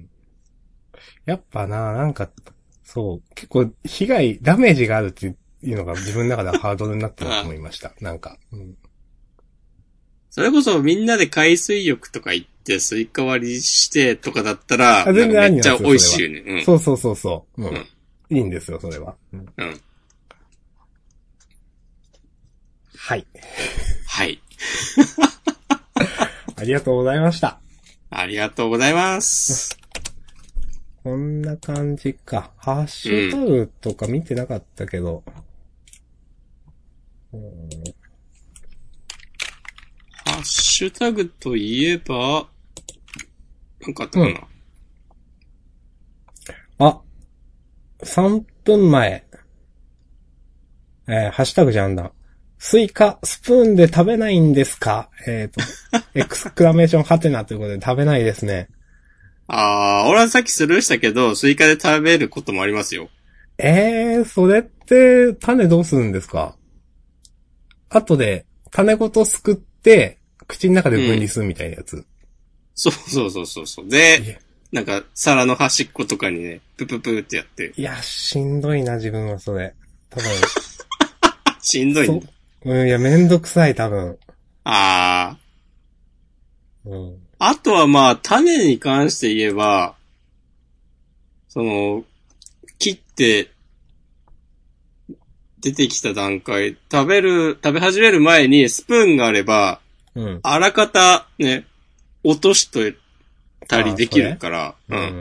やっぱな、なんか、そう、結構被害、ダメージがあるっていうのが自分の中ではハードルになってると思いました。なんか。うん、 それこそみんなで海水浴とか行ってスイカ割りしてとかだったら、 全然ありめっちゃ美味しいよね。うん。 そうそうそうそう。うん。 うんいいんですよ、それは。うん。 うん。 はい。 はい。 ありがとうございました。 ありがとうございます。 こんな感じか。ハッシュタグとか見てなかったけど。うん、 ハッシュタグといえば、なんかあったかな、うん、 あ、さんぷんまえ。えー、ハッシュタグじゃんだ。スイカ、スプーンで食べないんですか？えっ、ー、と、エクスクラメーションハテナということで食べないですね。 あー、俺はさっきスルーしたけど、スイカで食べることもありますよ。 えー、それって、種どうするんですか？後で、種ごとすくって、口の中で分離するみたいなやつ。うん、 そうそうそうそうそう。で、なんか、皿の端っことかにね、プププってやって。 いや、しんどいな、自分はそれ。多分。 しんどいんだ。 うん、いや、めんどくさい、多分。 あー。うん。 あとはまあ、種に関して言えば、その、切って、出てきた段階、食べる、食べ始める前にスプーンがあれば、うん。あらかた、ね、落としとたりできるから、うん。うん。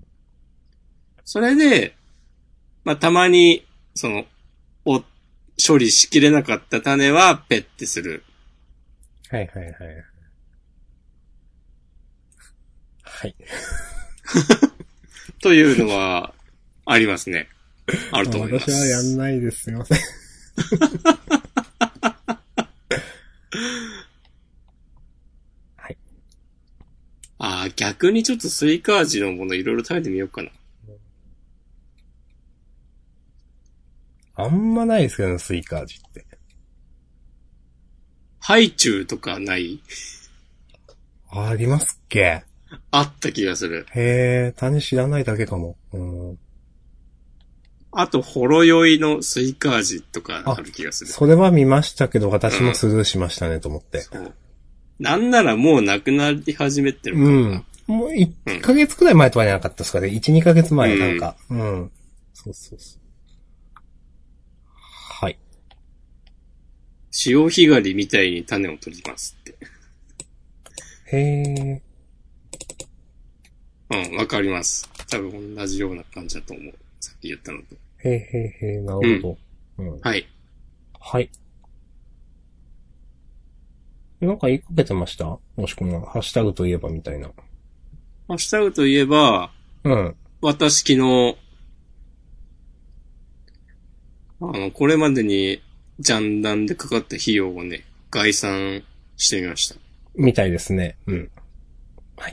それで、まあ、たまに、その、お、処理しきれなかった種はペッてする。 はいはいはい。はい。 というのは、ありますね。あると思います。 私はやんないです。すいません。はい。 ああ、逆にちょっとスイカ味のものいろいろ食べてみようかな。 あんまないですけどね、スイカ味って。 ハイチュウとかない？ ありますっけ？ あった気がする。 へえ、単に知らないだけかも。うん。 あと、ほろ酔いのスイカ味とかある気がする。 それは見ましたけど、私もスルーしましたね、と思って。 そう。なんならもうなくなり始めてるから。うん。もういっかげつくらい前とかじゃなかったですかね。いち、にかげつまえなんか。うん。うん、そうそうそう。はい。 潮干狩りみたいに種を取りますって。 へえ。 うん、わかります。多分同じような感じだと思う。さっき言ったのと。 へえへえへえ、なるほど。うん。うん、 はい。 はい。なんか言いかけてました？もしくは、ハッシュタグといえばみたいな。 ハッシュタグといえば、 うん。 私昨日、あの、これまでにジャンダンでかかった費用をね、概算してみました。 みたいですね。うん。はい。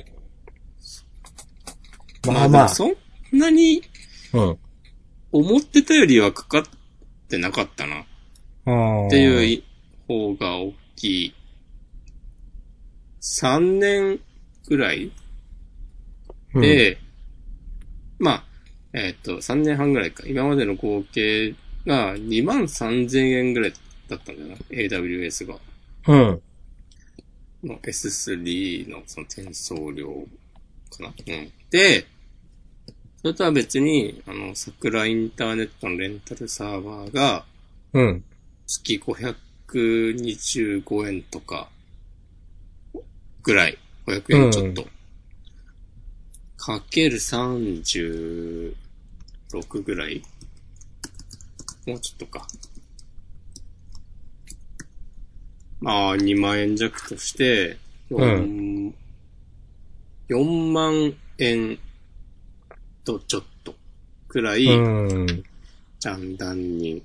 まあまあ。そんなに、うん。思ってたよりはかかってなかったな。っていう方が大きい。さんねんくらい、うん、で、まあ、えっと、さんねんはんぐらいか。今までの合計がにまんさんぜんえんぐらいだったんだよな。エーダブリューエス が。うん。の エススリー のその転送料かな。うん。で、それとは別に、あの、桜インターネットのレンタルサーバーが、うん。月ごひゃくにじゅうごえんとか、ぐらい。ごひゃくえんちょっと。うん、かけるさんじゅうろくぐらい？もうちょっとか。まあ、にまんえん弱として、よん、うん、よんまんえんとちょっとくらい、ジャンダンに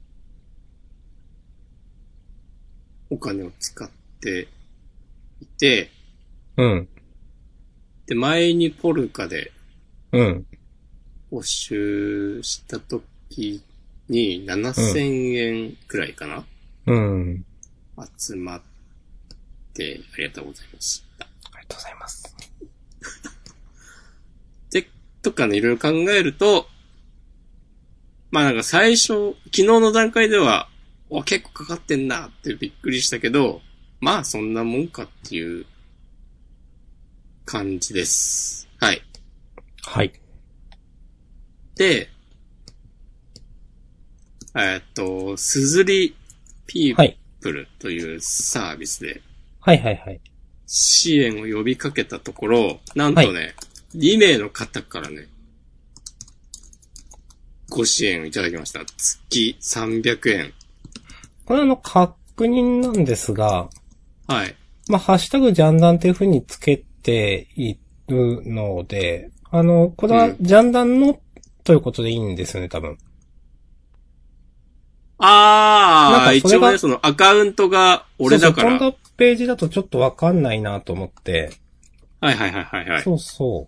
お金を使っていて、うん。で、前にポルカで、うん。募集したときにななせんえんくらいかな、うん。うん。集まって、ありがとうございました。 ありがとうございます。 で、とかね、いろいろ考えると、まあなんか最初、昨日の段階では、お、結構かかってんなってびっくりしたけど、まあそんなもんかっていう感じです。はい。はい。で、えっと、すずりピープルというサービスで、 はいはいはい。 支援を呼びかけたところ、なんとね、はい、にめいの方からね、ご支援をいただきました。月さんびゃくえん。 これあの、確認なんですが、 はい。 まあ、ハッシュタグジャンダンっていう風につけているので、あの、これはジャンダンの、うん、ということでいいんですよね、多分。 ああ、一応ね、そのアカウントが俺だから。 そうそう、このページだとちょっとわかんないなと思って。 はいはいはいはいはい。 そうそう。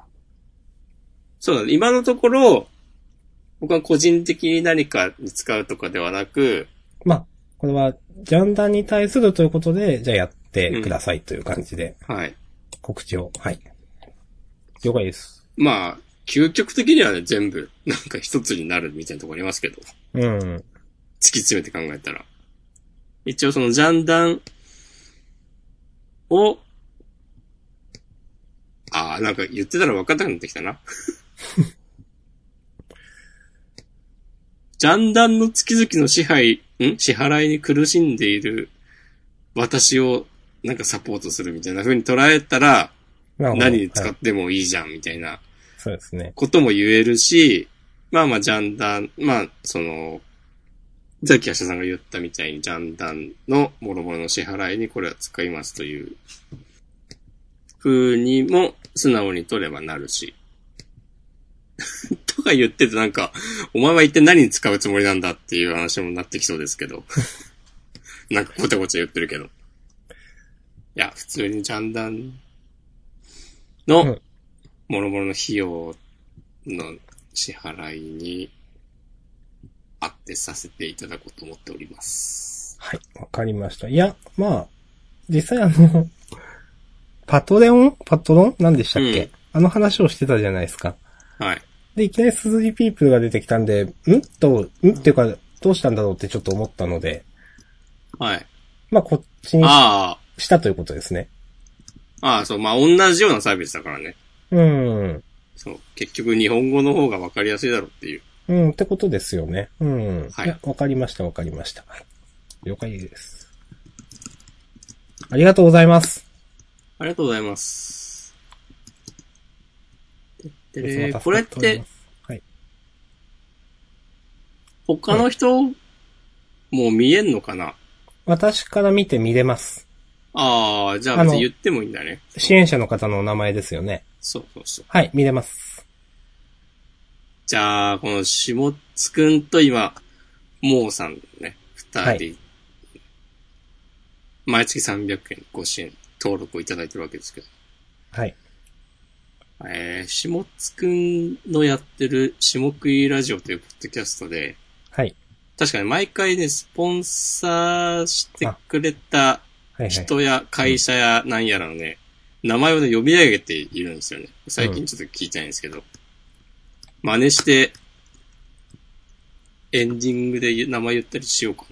そうだね。今のところ、僕は個人的に何かに使うとかではなく、 まあ、これは、ジャンダンに対するということで、じゃあやってくださいという感じで。 うん、はい。 告知を。はい。了解です。 まあ、究極的にはね、全部、なんか一つになるみたいなところありますけど。 うん。 突き詰めて考えたら。一応そのジャンダンを、ああ、なんか言ってたら分かんなくなってきたな。ジャンダンの月々の支配、ん支払いに苦しんでいる私をなんかサポートするみたいな風に捉えたら、何に使ってもいいじゃんみたいな。 そうですね。 ことも言えるし、まあまあジャンダン、まあその、さっき橋田さんが言ったみたいにジャンダンの諸々の支払いにこれは使いますという風にも素直に取ればなるし。 とか言っててなんか、お前は一体何に使うつもりなんだっていう話もなってきそうですけど。なんかごちゃごちゃ言ってるけど。いや、普通にジャンダンの、もろもろの費用の支払いに、当てさせていただこうと思っております。 はい、わかりました。いや、まあ、実際あの、パトレオンパトロン何でしたっけ、うん、あの話をしてたじゃないですか。 はい。 で、いきなりスズリピープルが出てきたんで、んと、んっていうか、どうしたんだろうってちょっと思ったので。 はい。 まあ、こっちにしたということですね。 ああ、そう、まあ、同じようなサービスだからね。 うん。 そう、結局日本語の方がわかりやすいだろうっていう。 うん、ってことですよね。うん。 はい。 いや、わかりました、わかりました。了解です。ありがとうございます。 ありがとうございます。で、でこれって、 はい、 他の人、もう見えんのかな？ 私から見て見れます。 ああ、じゃあ別に言ってもいいんだね。 支援者の方のお名前ですよね。 そうそうそう。 はい、見れます。 じゃあ、この下津くんと今、モーさんね、二人、はい、毎月さんびゃくえんご支援登録をいただいてるわけですけど。 はい。 えー、下津くんのやってる下食いラジオというポッドキャストで、 はい。 確かに毎回ね、スポンサーしてくれた人や会社やなんやらのね、名前をね、読み上げているんですよね。最近ちょっと聞いてないんですけど。うん、真似して、エンディングで名前言ったりしようかな。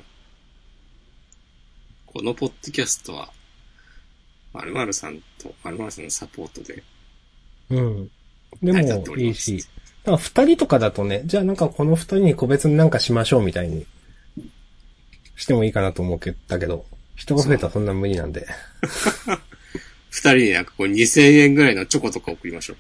このポッドキャストは、〇〇さんと〇〇さんのサポートで。 うん。でもいいし。だから二人とかだとね、じゃあなんかこの二人に個別になんかしましょうみたいにしてもいいかなと思うけど、人が増えたらそんな無理なんで。 二人になんかこうにせんえんぐらいのチョコとか送りましょ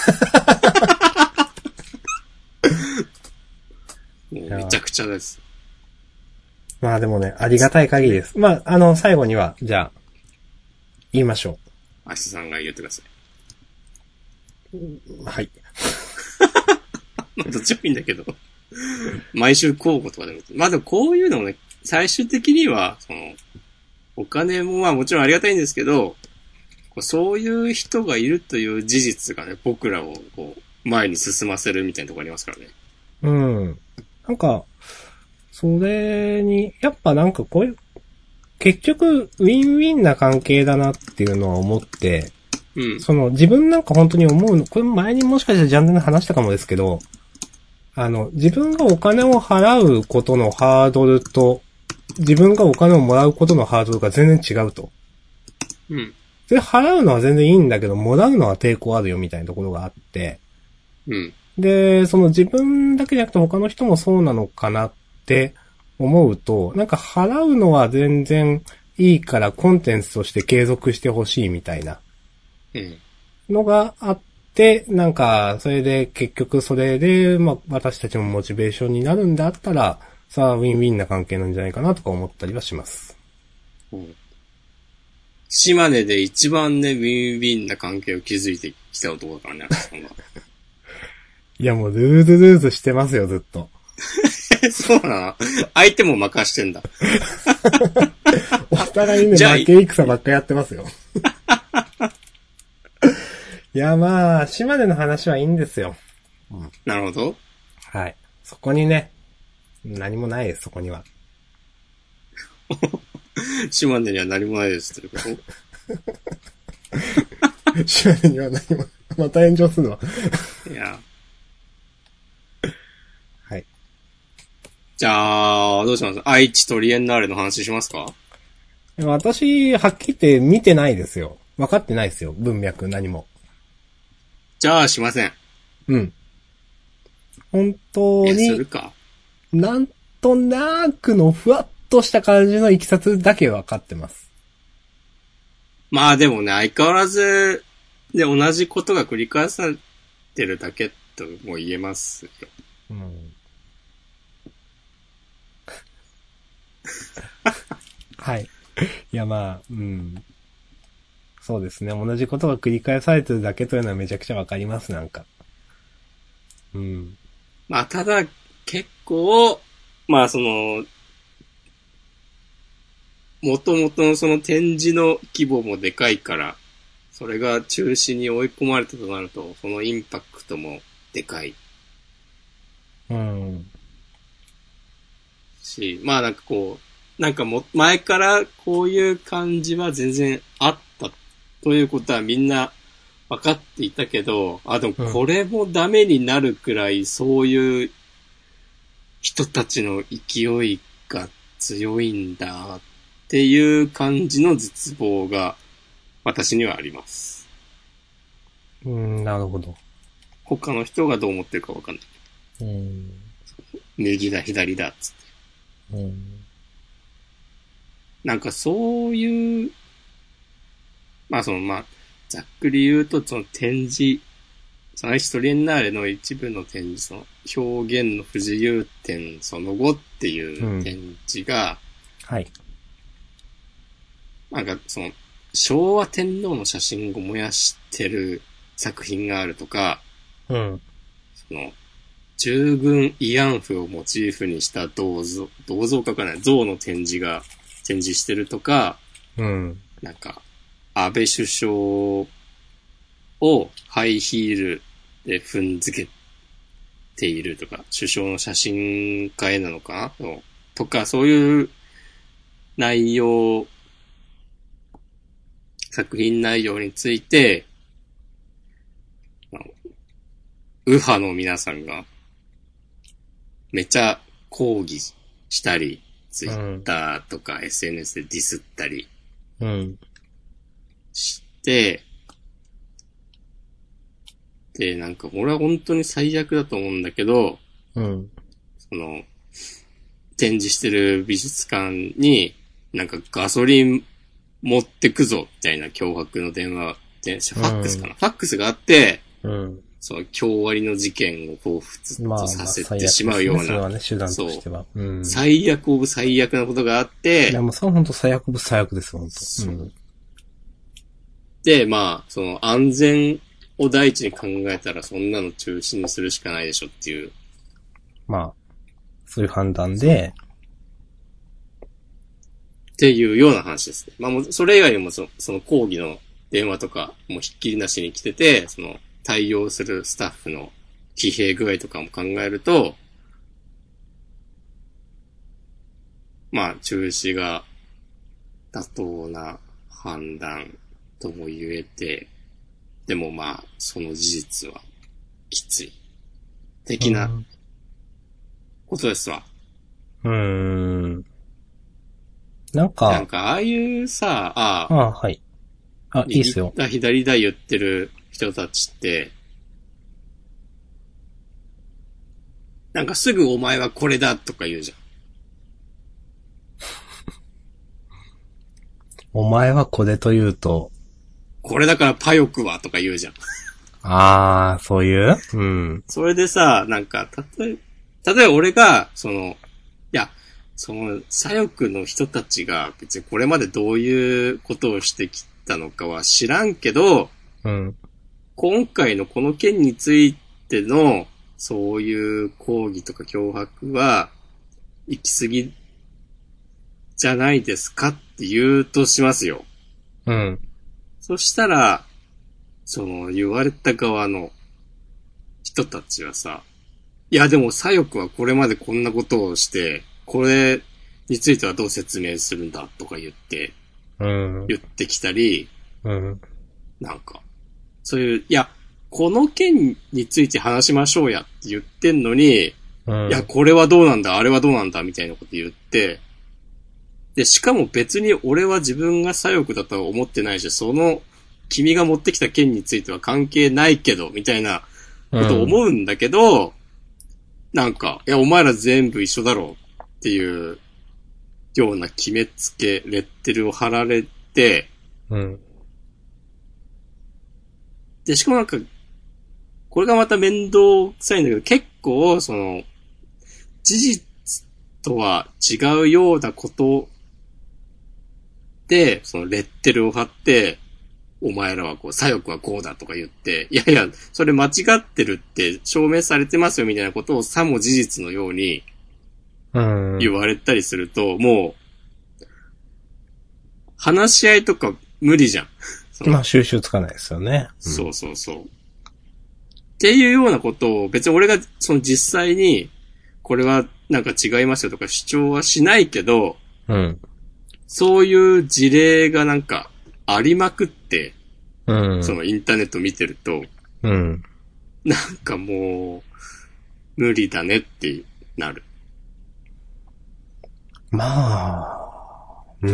う。もうめちゃくちゃです。 まあでもね、ありがたい限りです。まあ、あの、最後には、じゃあ、言いましょう。 アシさんが言ってください。 はい。 どっちもいいんだけど。毎週交互とかでも。まあでもこういうのもね、最終的には、その、お金もまあもちろんありがたいんですけど、そういう人がいるという事実がね、僕らをこう、前に進ませるみたいなところありますからね。 うん。なんか、それに、やっぱなんかこういう、結局、ウィンウィンな関係だなっていうのは思って、 うん。 その、自分なんか本当に思うの、これ前にもしかしたらジャンルで話したかもですけど、あの、自分がお金を払うことのハードルと、自分がお金をもらうことのハードルが全然違うと。 うん。 で、払うのは全然いいんだけど、もらうのは抵抗あるよみたいなところがあって、 うん。 で、その自分だけじゃなくて他の人もそうなのかなって思うと、なんか払うのは全然いいからコンテンツとして継続してほしいみたいなのがあって、なんかそれで結局それで、まあ私たちもモチベーションになるんだったら、さあウィンウィンな関係なんじゃないかなとか思ったりはします。 うん、島根で一番ね、ウィンウィンな関係を築いてきた男だからね、 いやもうルーズルーズしてますよ、ずっと。 そうなの？相手も任してんだ。 お互いね、負け戦ばっかやってますよ。いやまあ、島根の話はいいんですよ。 うん、なるほど。 はい。そこにね、何もないです、そこには。 島根には何もないですってこと？ 島根には何も、また炎上するわ。 いや。 はい。 じゃあ、どうします？愛知トリエンナーレの話しますか？ 私、はっきり言って見てないですよ。分かってないですよ、文脈何も。 じゃあ、しません。 うん。本当に、 するか。 なんとなくのふわっとした感じのいきさつだけ分かってます。 まあでもね、相変わらず、で、同じことが繰り返されてるだけとも言えますよ。 うん。はい。いやまあ、うん。そうですね。同じことが繰り返されてるだけというのはめちゃくちゃわかります、なんか。 うん。 まあ、ただ、結構、まあ、その、もともとのその展示の規模もでかいから、それが中止に追い込まれたとなると、そのインパクトもでかい。 うん。 し、まあなんかこう、なんかも、前からこういう感じは全然あったということはみんな分かっていたけど、あ、でもこれもダメになるくらいそういう人たちの勢いが強いんだっていう感じの絶望が私にはあります。 うん、なるほど。 他の人がどう思ってるか分かんない。 うん。 右だ左だっつって。 うん。 なんかそういう、まあそのまあ、ざっくり言うとその展示、そのトリエンナーレの一部の展示、その表現の不自由展その後っていう展示が、 うん、はい。 なんかその昭和天皇の写真を燃やしてる作品があるとか、 うん。 その従軍慰安婦をモチーフにした銅像、銅像かかない像の展示が展示してるとか、 うん。 なんか安倍首相をハイヒールで踏んづけているとか、首相の写真家絵なのかなとか、そういう内容、作品内容について、右派の皆さんがめちゃ抗議したり、ツイッターとか エスエヌエス でディスったりして、うん、で、なんか俺は本当に最悪だと思うんだけど、 うん、 その、展示してる美術館に、なんかガソリン持ってくぞ、みたいな脅迫の電話、ファックスかな、うん、ファックスがあって、 うん、 その今日割の事件を彷彿とさせてしまうような、 まあまあ最悪ですね、それはね、手段としては。 うん、最悪オブ最悪なことがあって、 いやもうそれは本当最悪オブ最悪ですよ、本当。うん、 で、まあ、その安全を第一に考えたらそんなの中止にするしかないでしょっていう。 まあ、そういう判断で、 っていうような話ですね。まあもう、それ以外にもその、その講義の電話とかもひっきりなしに来てて、その対応するスタッフの疲弊具合とかも考えると、まあ中止が妥当な判断とも言えて、でもまあその事実はきつい。的なことですわ。 うーん。なんか、 なんかああいうさ、ああ、ああ、はい。あ、いいっすよ。 右だ左だ言ってる人たちって、なんかすぐお前はこれだとか言うじゃん。 お前はこれと言うと、 これだからパヨクはとか言うじゃん。 ああ、そういううん。 それでさ、なんか、例え、例えば俺が、その、いや、その、左翼の人たちが別にこれまでどういうことをしてきたのかは知らんけど、 うん、 今回のこの件についての、そういう抗議とか脅迫は、行き過ぎじゃないですかって言うとしますよ。 うん。 そしたら、その、言われた側の人たちはさ、いやでも左翼はこれまでこんなことをして、これについてはどう説明するんだとか言って、 うん、 言ってきたり、 うん、 なんか、そういう、いや、この件について話しましょうやって言ってんのに、うん、いや、これはどうなんだ、あれはどうなんだ、みたいなこと言って、で、しかも別に俺は自分が左翼だとは思ってないし、その、君が持ってきた件については関係ないけど、みたいなことを思うんだけど、うん、なんか、いや、お前ら全部一緒だろうっていうような決めつけ、レッテルを貼られて、 うん、 で、しかもなんか、これがまた面倒くさいんだけど、結構、その、事実とは違うようなことで、そのレッテルを貼って、 お前らはこう、左翼はこうだとか言って、いやいや、それ間違ってるって証明されてますよみたいなことをさも事実のように言われたりすると、もう、話し合いとか無理じゃん。 まあ収集つかないですよね。 うん、そうそうそう。っていうようなことを別に俺がその実際にこれはなんか違いますよとか主張はしないけど、 うん、 そういう事例がなんかありまくって、 うん、 そのインターネット見てると、 うん、 なんかもう無理だねってなる。 まあ、うん。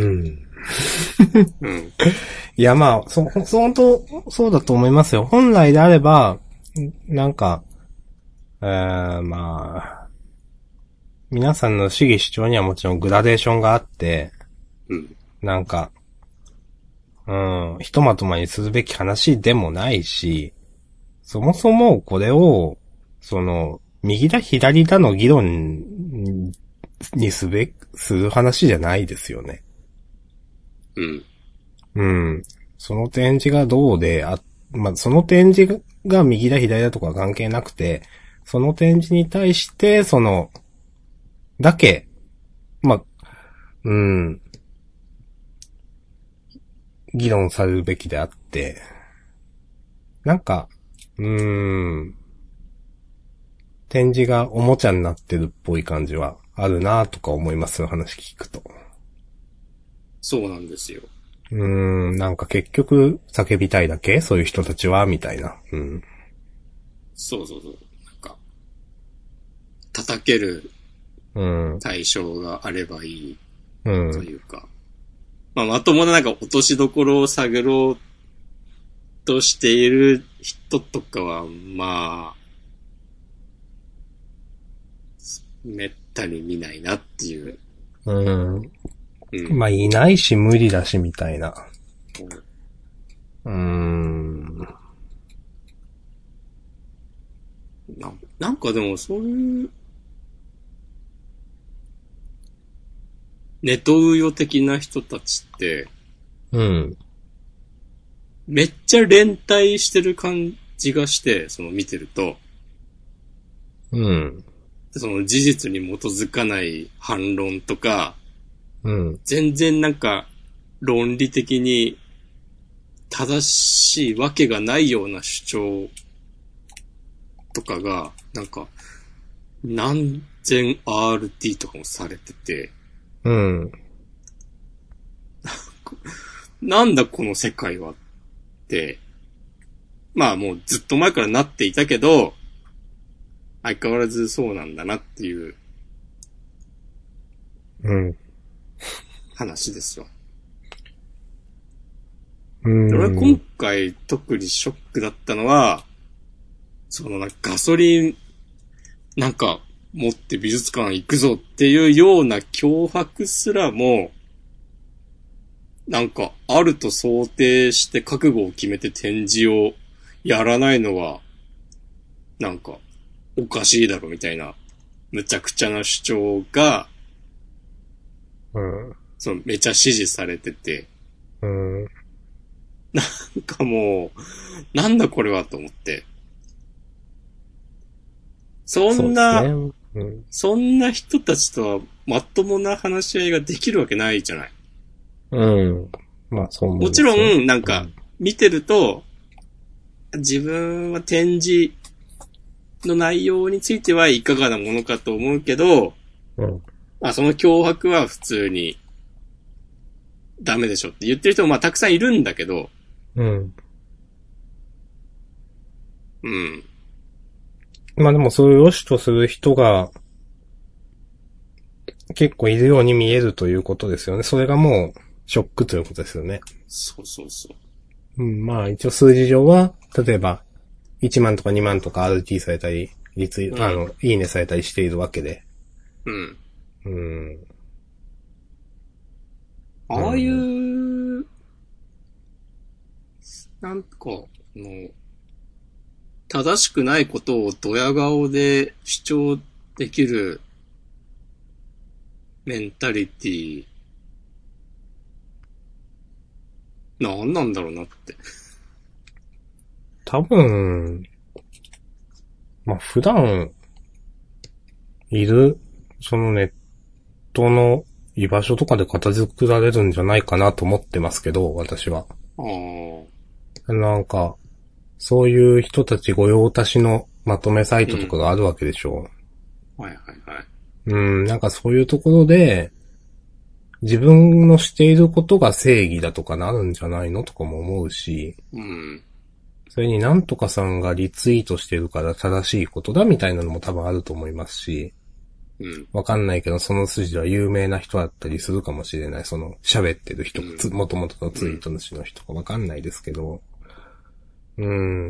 うん、 いやまあ、そ、そ、本当そうだと思いますよ。本来であれば、なんか、えー、まあ、皆さんの主義主張にはもちろんグラデーションがあって、 うん、 なんか、うん、ひとまとまりにするべき話でもないし、そもそもこれを、その、右だ左だの議論にすべ、する話じゃないですよね。 うん。 うん。その展示がどうで、あ、まあ、その展示が右だ左だとかは関係なくて、その展示に対して、その、だけ、まあ、うん、議論されるべきであって、なんか、うーん、展示がおもちゃになってるっぽい感じはあるなとか思います、話聞くと。 そうなんですよ。 うーん、なんか結局叫びたいだけそういう人たちはみたいな。うん。 そうそうそう。なんか、叩ける対象があればいいというか、うん、まあまともななんか落としどころを探ろうとしている人とかは、まあ、めったに見ないなっていう。 うん。うん、まあ、いないし無理だしみたいな。うーん。な、なんかでもそういう、ネトウヨ的な人たちって、うん。めっちゃ連帯してる感じがして、その見てると。うん。その事実に基づかない反論とか、うん。全然なんか論理的に正しいわけがないような主張とかが、なんか何千 アールティー とかもされてて、うん。なんだこの世界はって、まあもうずっと前からなっていたけど、相変わらずそうなんだなっていう、うん。話ですよ。うん。俺は今回特にショックだったのは、そのなんかガソリン、なんか持って美術館行くぞっていうような脅迫すらも、なんかあると想定して覚悟を決めて展示をやらないのは、なんかおかしいだろみたいな、むちゃくちゃな主張が、うん。そのめちゃ支持されてて、うん。なんかもう、なんだこれはと思って。そんな、そ、ねうん、そんな人たちとはまともな話し合いができるわけないじゃない。うん。まあそう思う。もちろん、なんか、見てると、うん、自分は展示の内容についてはいかがなものかと思うけど、うん。まあその脅迫は普通にダメでしょって言ってる人もまあたくさんいるんだけど、うん。うん。まあでもそういう良しとする人が結構いるように見えるということですよね。それがもうショックということですよね。そうそうそう。うん、まあ一応数字上は、例えばいちまんとかにまんとか アールティー されたり、リツイ、うん、あの、いいねされたりしているわけで。うん。うん。ああいう、うん、なんか、の、正しくないことをドヤ顔で主張できるメンタリティなんなんだろうなって。 多分、まあ、普段、いる、そのネットの居場所とかで片付けられるんじゃないかなと思ってますけど、私は。 ああ。 なんか、そういう人たち御用達のまとめサイトとかがあるわけでしょう。はいはいはい。 うん、なんかそういうところで、自分のしていることが正義だとかなるんじゃないのとかも思うし、 うん。 それになんとかさんがリツイートしてるから正しいことだみたいなのも多分あると思いますし、 うん。 わかんないけど、その筋は有名な人だったりするかもしれない。その、喋ってる人、つ、元々のツイート主の人かわかんないですけど。うん、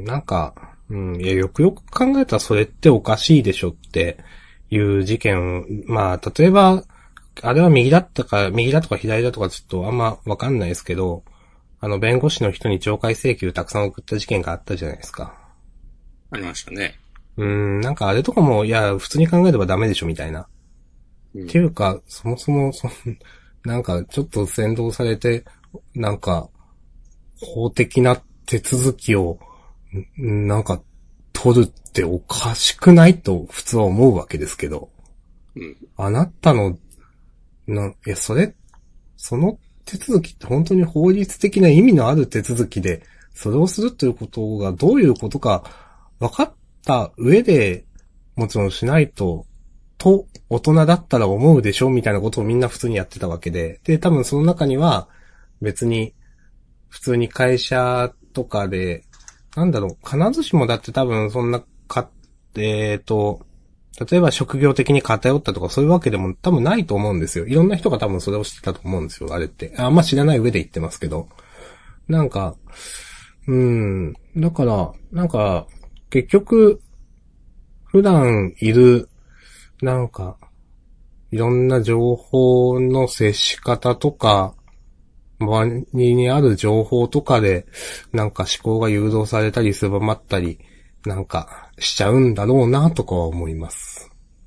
なんか、うん、いや、よくよく考えたらそれっておかしいでしょっていう事件、まあ、例えば、あれは右だったか、右だとか左だとかちょっとあんまわかんないですけど、あの、弁護士の人に懲戒請求たくさん送った事件があったじゃないですか。 ありましたね。 うん、なんかあれとかも、いや、普通に考えればダメでしょみたいな。 うん、 っていうか、そもそも、そなんか、ちょっと先導されて、なんか、法的な手続きを、んなんか、取るっておかしくないと普通は思うわけですけど。 うん。 あなたの、な、いや、それ、その手続きって本当に法律的な意味のある手続きで、それをするということがどういうことか分かった上で、もちろんしないと、と、大人だったら思うでしょみたいなことをみんな普通にやってたわけで。で、多分その中には、別に、普通に会社とかで、なんだろう、必ずしもだって多分そんな、か、えーと、例えば職業的に偏ったとかそういうわけでも多分ないと思うんですよ。いろんな人が多分それを知ってたと思うんですよ、あれって。あんま知らない上で言ってますけど。なんか、うーん、だから、なんか、結局、普段いる、なんか、いろんな情報の接し方とか、周りにある情報とかで、なんか思考が誘導されたり狭まったり、なんかしちゃうんだろうなとかは思います。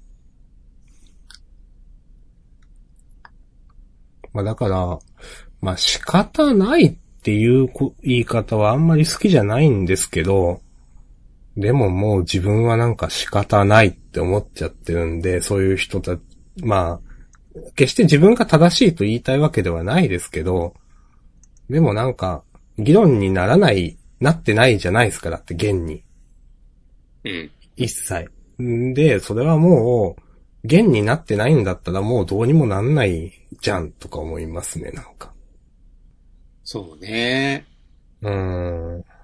まあだから、まあ仕方ないっていう言い方はあんまり好きじゃないんですけど、でももう自分はなんか仕方ないって思っちゃってるんで、そういう人たち、まあ、決して自分が正しいと言いたいわけではないですけど、でもなんか、議論にならない、なってないじゃないですか、だって現に。 うん。 一切。んで、それはもう、現になってないんだったらもうどうにもなんないじゃん、とか思いますね、なんか。 そうね。 うーん。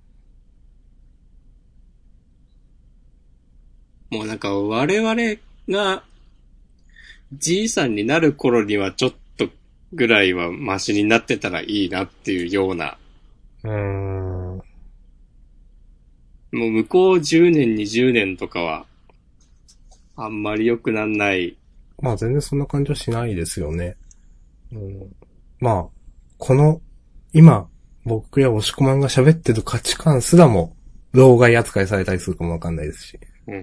もうなんか我々がじいさんになる頃にはちょっとぐらいはマシになってたらいいなっていうような。 うーん。 もう向こうじゅうねん、にじゅうねんとかは、あんまり良くなんない。 まあ全然そんな感じはしないですよね。うん、まあ、この、今、僕や押し込まんが喋ってる価値観すらも、老害扱いされたりするかもわかんないですし。 うん。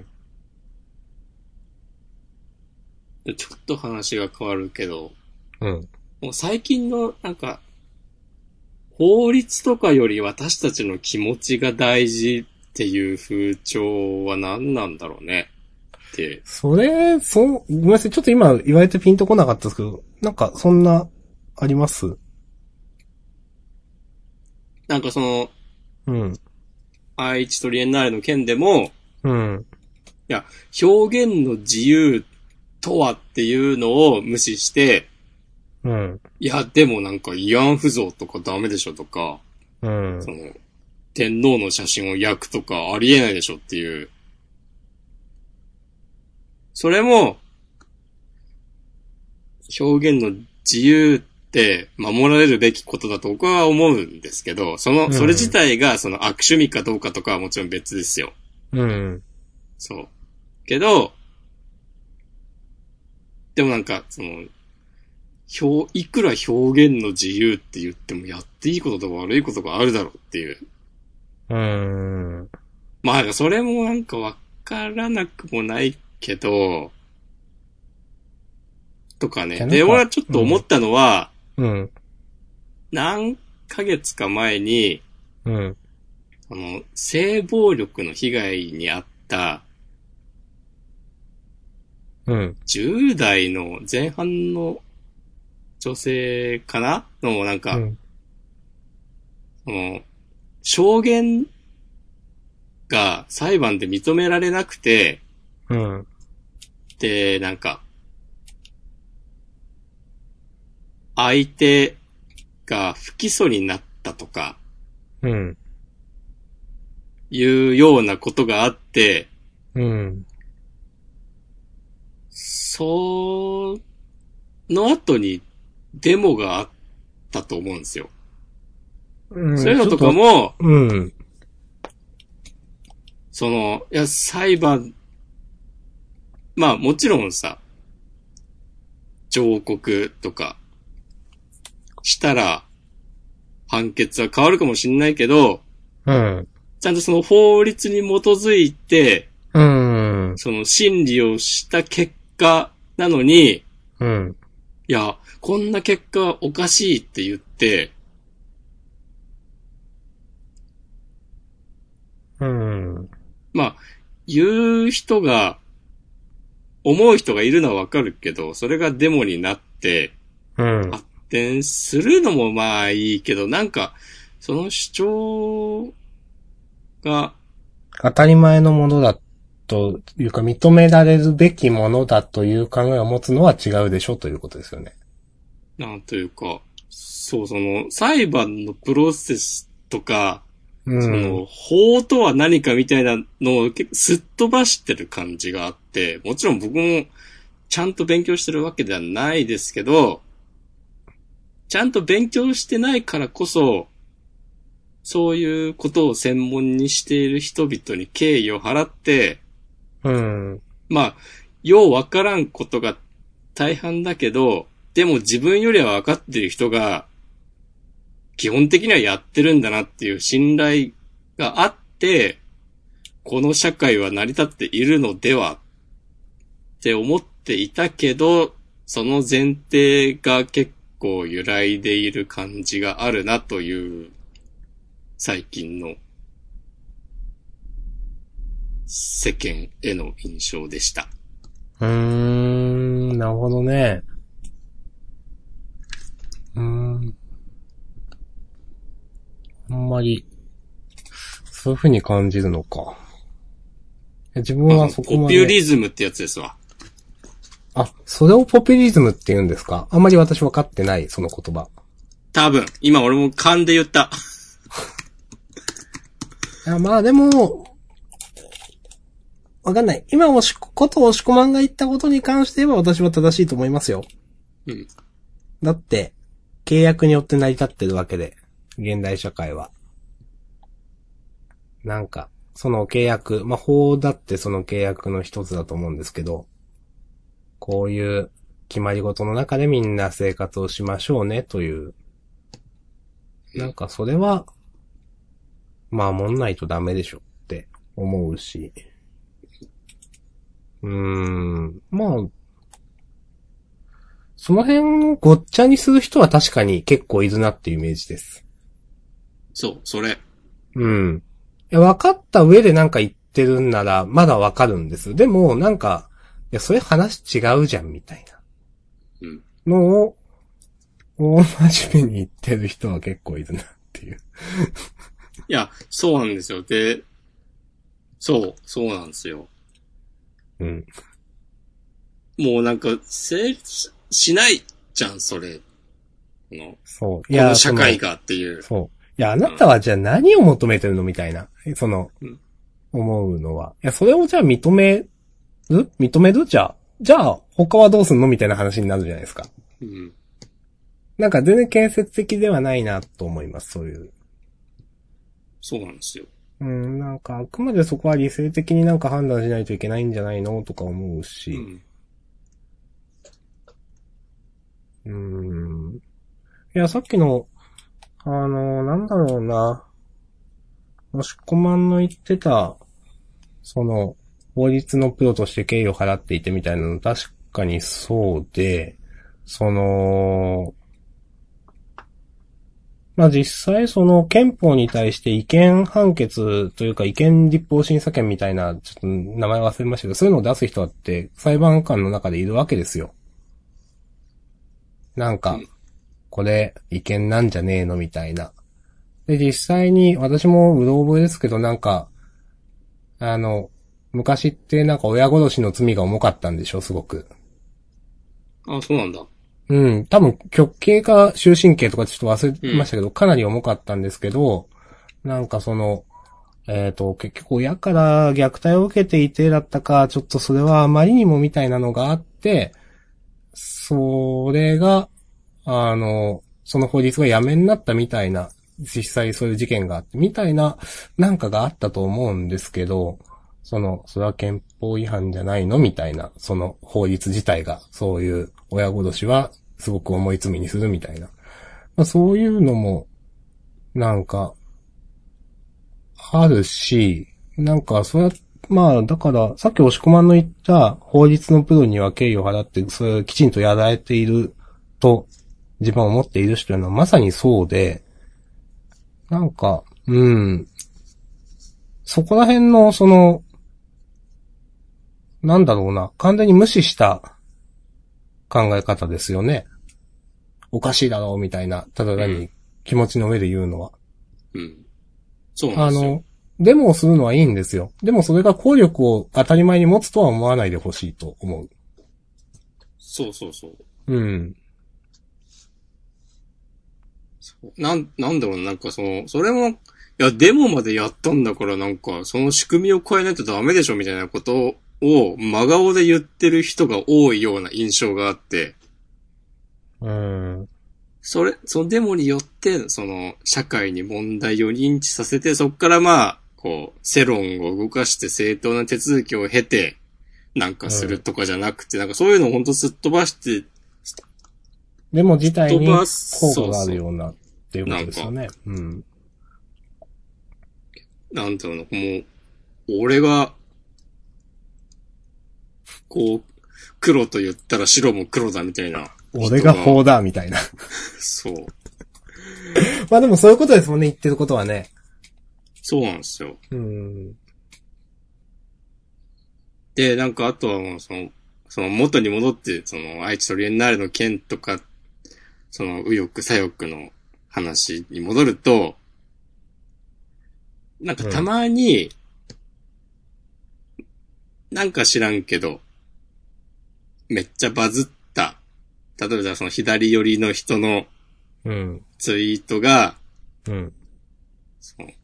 ちょっと話が変わるけど、 うん。 もう最近のなんか、法律とかより私たちの気持ちが大事っていう風潮は何なんだろうねって。 それ、そう、ごめんなさい。ちょっと今言われてピンとこなかったですけど、なんかそんな、あります？ なんかその、 うん。 愛知トリエンナーレの件でも、 うん。 いや、表現の自由とはっていうのを無視して、 うん。 いや、でもなんか慰安婦像とかダメでしょとか、 うん。 その、天皇の写真を焼くとかありえないでしょっていう。それも、表現の自由って守られるべきことだと僕は思うんですけど、その、それ自体がその悪趣味かどうかとかはもちろん別ですよ。 うん。 そう。けど、でもなんか、その、表、いくら表現の自由って言ってもやっていいこととか悪いことがあるだろうっていう。 うん。 まあなんかそれもなんかわからなくもないけど、とかね。で、俺はちょっと思ったのは、 うん。 なんヶ月か前に、 うん。 あの、性暴力の被害に遭った、 うん。 じゅう代の前半の女性かなの、なんか、 うん。 その、証言が裁判で認められなくて、 うん。 で、なんか、相手が不起訴になったとか、 うん。 いうようなことがあって、 うん。 その後にデモがあったと思うんですよ。 うん。 そういうのとかちょっと、 も、 うん。 その、いや、裁判、まあもちろんさ、上告とかしたら判決は変わるかもしんないけど、 うん。 ちゃんとその法律に基づいて、 うん。 その審理をした結果なのに、 うん。 いや、こんな結果おかしいって言って、 うん。 まあ、言う人が、思う人がいるのはわかるけど、それがデモになって、 うん。 発展するのもまあいいけど、なんか、その主張が、 当たり前のものだというか認められるべきものだという考えを持つのは違うでしょということですよね。 なんというか、そう、その、裁判のプロセスとか、 うん。 その、法とは何かみたいなのを結構すっ飛ばしてる感じがあって、もちろん僕もちゃんと勉強してるわけではないですけど、ちゃんと勉強してないからこそ、そういうことを専門にしている人々に敬意を払って、 うん。 まあ、ようわからんことが大半だけど、でも自分よりはわかってる人が、基本的にはやってるんだなっていう信頼があって、この社会は成り立っているのではって思っていたけど、その前提が結構揺らいでいる感じがあるなという最近の世間への印象でした。 うーん、なるほどね。うーん。あんまり、そういう風に感じるのか。自分はそこまで。 ポピュリズムってやつですわ。 あ、それをポピュリズムって言うんですか？あんまり私分かってない、その言葉。 多分、今俺も勘で言った。 いや、まあでも、わかんない。今おし、こと押し込まんが言ったことに関して言えば私は正しいと思いますよ。 うん。 だって、契約によって成り立ってるわけで、現代社会は。なんか、その契約、まあ、法だってその契約の一つだと思うんですけど、こういう決まり事の中でみんな生活をしましょうねという。なんかそれは、まあ、守んないとダメでしょって思うし。うーん、まあ、その辺をごっちゃにする人は確かに結構いるなっていうイメージです。 そう、それ。 うん。いや、分かった上でなんか言ってるんなら、まだ分かるんです。でも、なんか、いや、それ話違うじゃん、みたいうん。 なのを、大真面目に言ってる人は結構いるなっていう。 いや、そうなんですよ。で、そう、そうなんですよ。 うん。 もうなんか、成立しないじゃん、それ。この、 そう。いこのや、 社会がっていう。 そう。いや、あなたはじゃあ何を求めてるのみたいな。その、 うん、 思うのは。いや、それをじゃあ認める認めるじゃあ。じゃあ、他はどうすんのみたいな話になるじゃないですか。 うん。 なんか全然建設的ではないなと思います、そういう。 そうなんですよ。 うん、なんかあくまでそこは理性的になんか判断しないといけないんじゃないのとか思うし。 うん。 うーん。いや、さっきの、あの、なんだろうな。もしこまんの言ってた、その、法律のプロとして敬意を払っていてみたいなの確かにそうで、その、 まあ実際その憲法に対して違憲判決というか違憲立法審査権みたいな、ちょっと名前忘れましたけど、そういうのを出す人だって裁判官の中でいるわけですよ。なんか、 うん。 これ違憲なんじゃねえのみたいな。で、実際に私もうろ覚えですけどなんか、あの、昔ってなんか親殺しの罪が重かったんでしょ、すごく。 あ、そうなんだ。 うん、多分極刑か終身刑とかちょっと忘うん。 れましたけど、かなり重かったんですけど、なんかその、えっと、結局親から虐待を受けていてだったか、ちょっとそれはあまりにもみたいなのがあって、それが、あの、その法律がやめになったみたいな、実際そういう事件があって、みたいな、なんかがあったと思うんですけど、その、それは憲法違反じゃないのみたいな、その法律自体が、そういう親殺しはすごく重い罪にするみたいな。まあ、そういうのも、なんか、あるし、なんか、それは、まあ、だから、さっき押し込まんの言った法律のプロには敬意を払って、それをきちんとやられていると、自分は思っている人というのはまさにそうで、なんか、うん、そこら辺の、その、なんだろうな、完全に無視した考え方ですよね。おかしいだろう、みたいな、ただうん。 単に気持ちの上で言うのは。 うん。そうなんですよ。 あの、デモをするのはいいんですよ。でもそれが効力を当たり前に持つとは思わないでほしいと思う。 そうそうそう。 うん。 そうなん、なんだろうな、なんかその、それも、いや、デモまでやったんだからなんか、その仕組みを変えないとダメでしょみたいなことを、真顔で言ってる人が多いような印象があって、 うん。 それ、そのデモによって、その、社会に問題を認知させて、そこからまあ、こう、世論を動かして正当な手続きを経て、なんかうん。 するとかじゃなくて、なんかそういうのをほんとすっ飛ばして、 でも自体飛ばにす、 効果があそうそう。 るようなっていうこなんか、 とですよね。うん。 なんていうの、もう、俺が、こう、黒と言ったら白も黒だみたいな俺人が、 が法だ、みたいな。 そう。 まあでもそういうことですもんね、言ってることはね。 そうなんですよ。 うん。 で、なんかあとはもうその、その元に戻って、その愛知トリエンナーレの件とか、その右翼左翼の話に戻ると、なんかたうん。 まに、なんか知らんけど、めっちゃバズった。例えばじゃあその左寄りの人のうん。 ツイートが、 うん。 その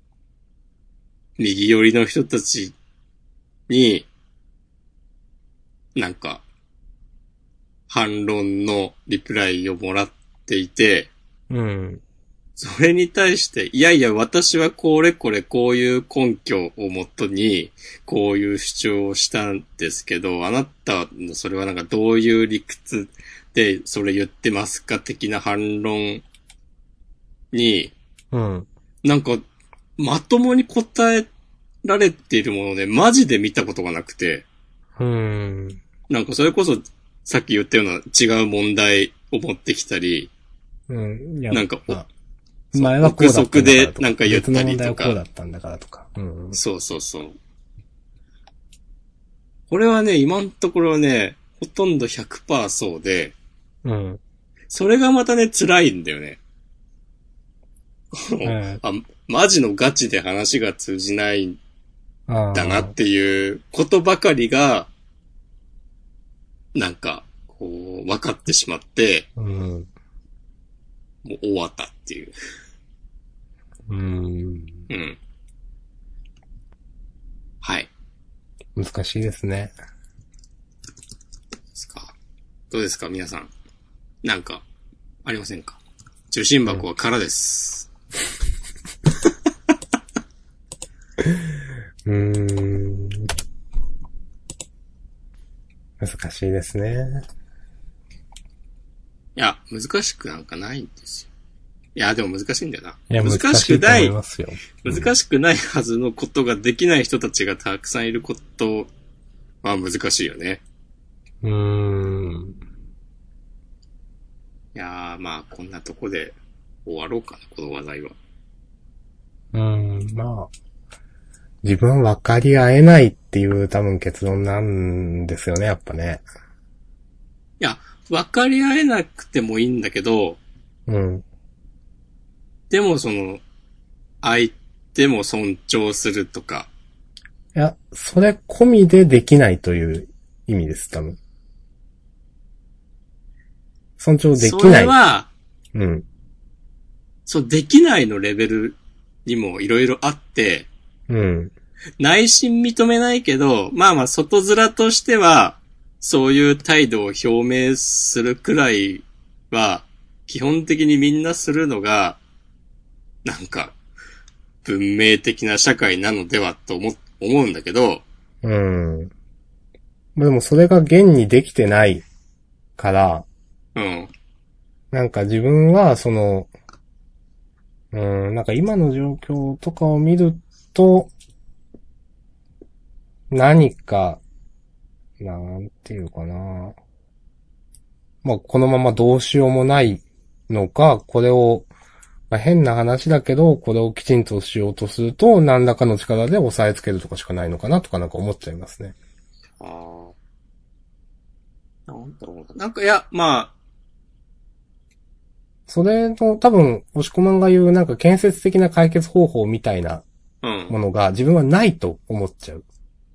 右寄りの人たちに、なんか、反論のリプライをもらっていて、 うん。 それに対して、いやいや、私はこれこれこういう根拠をもとに、こういう主張をしたんですけど、あなたのそれはなんかどういう理屈でそれ言ってますか的な反論に、 うん。 なんか、まともに答えられているもので、マジで見たことがなくて、 うん。 なんかそれこそ、さっき言ったような違う問題を持ってきたり、 うん。いや、 なんか、お、 まあ、 そう、 前はこ憶うだったんだから測でとか、 なんか言った別の問りとか、 題はこうだったんだからとか。うん。 そうそうそう。これはね、今のところね、ほとんどひゃくパーセントそうで、 うん。 それがまたね、辛いんだよね。 えあ、マジのガチで話が通じないんー、ああ、 だなっていうことばかりが、なんか、こう、分かってしまって、 うん。 もう終わったっていう。 うん。 うん。はい。 難しいですね。 ですか。どうですか、皆さん。なんか、ありませんか？受信うん。 箱は空です。 うーん。難しいですね。 いや、難しくなんかないんですよ。いや、でも難しいんだよな。 いや、難難ししいと思いくない、 ますよ。うん。 難しくないはずのことができない人たちがたくさんいることは難しいよね。 うーん。 いやー、まあ、こんなとこで終わろうかな、この話題は。 うーん、まあ。自分は分かり合えないっていう多分結論なんですよね、やっぱね。 いや、分かり合えなくてもいいんだけど、 うん。 でもその、相手も尊重するとか。 いや、それ込みでできないという意味です、多分。尊重できない。 それは、 うん。 そう、できないのレベルにもいろいろあって、 うん。 内心認めないけど、まあまあ外面としては、そういう態度を表明するくらいは、基本的にみんなするのが、なんか、文明的な社会なのではと思、思うんだけど、 うん。でもそれが現にできてないから、 うん。 なんか自分はその、うん、なんか今の状況とかを見ると、何か、なんていうかな。まあ、このままどうしようもないのか、これを、まあ、変な話だけど、これをきちんとしようとすると、何らかの力で押さえつけるとかしかないのかなとかなんか思っちゃいますね。 ああ。なんだろうな。なんか、いや、まあ、 それの多分、押し込まんが言うなんか建設的な解決方法みたいなうん。 ものが自分はないと思っちゃう。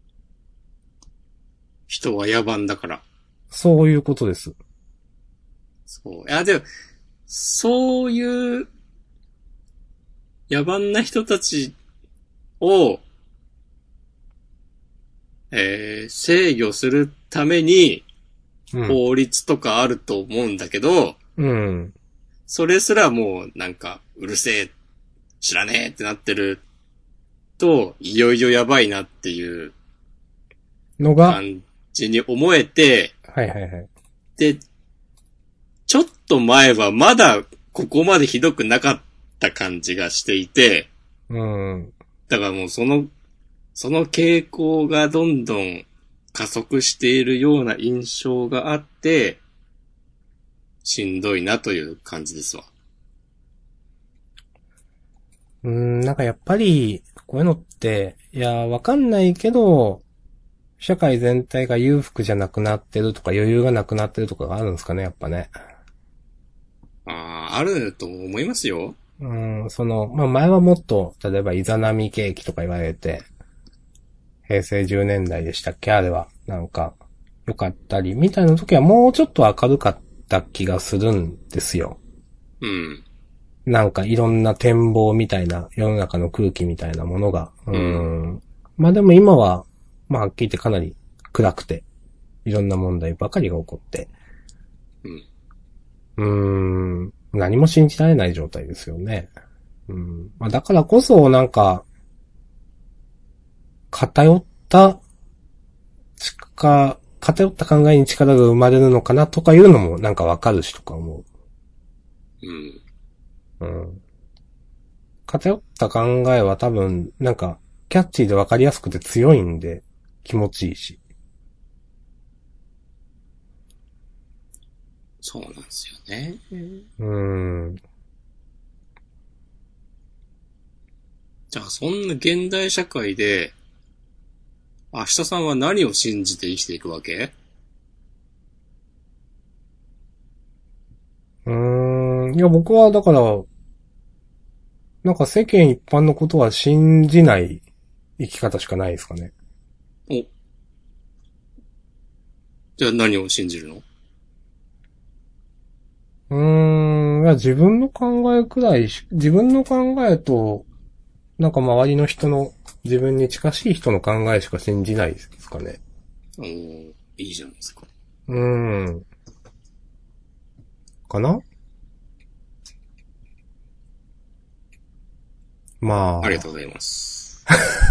人は野蛮だから。 そういうことです。 そう。いや、でも、そういう野蛮な人たちを、えー、制御するためにうん。 法律とかあると思うんだけど、 うん。 それすらもうなんか、うるせえ、知らねえってなってると、いよいよやばいなっていうのが、 感じに思えて、 はいはいはい。 で、ちょっと前はまだここまでひどくなかった感じがしていて、 うん。 だからもうその、その傾向がどんどん加速しているような印象があって、しんどいなという感じですわ。 うん、なんかやっぱり、こういうのって、いや、わかんないけど、社会全体が裕福じゃなくなってるとか余裕がなくなってるとかがあるんですかね、やっぱね。 ああ、あると思いますよ。 うん、その、まあ、前はもっと、例えばイザナミ景気とか言われて、平成じゅうねんだいでしたっけあれは。なんか、良かったり、みたいな時はもうちょっと明るかった気がするんですよ。 うん。 なんかいろんな展望みたいな、世の中の空気みたいなものが。うーん。まあでも今は、まあはっきり言ってかなり暗くて、いろんな問題ばかりが起こって、 うん。 うーん、何も信じられない状態ですよね。うん。まあだからこそなんか、偏った力、偏った考えに力が生まれるのかなとかいうのもなんかわかるしとか思うん。 う。うん。偏った考えは多分、なんか、キャッチーでわかりやすくて強いんで、気持ちいいし。 そうなんですよね。 うーん。 じゃあそんな現代社会で、明日さんは何を信じて生きていくわけ？ うーん。いや、僕はだから、なんか世間一般のことは信じない生き方しかないですかね。 お。じゃあ何を信じるの？ うーん。いや、自分の考えくらいし、自分の考えと、なんか周りの人の、自分に近しい人の考えしか信じないですかね。 おー、いいじゃないですか。 うーん。かなまあ。 ありがとうございます。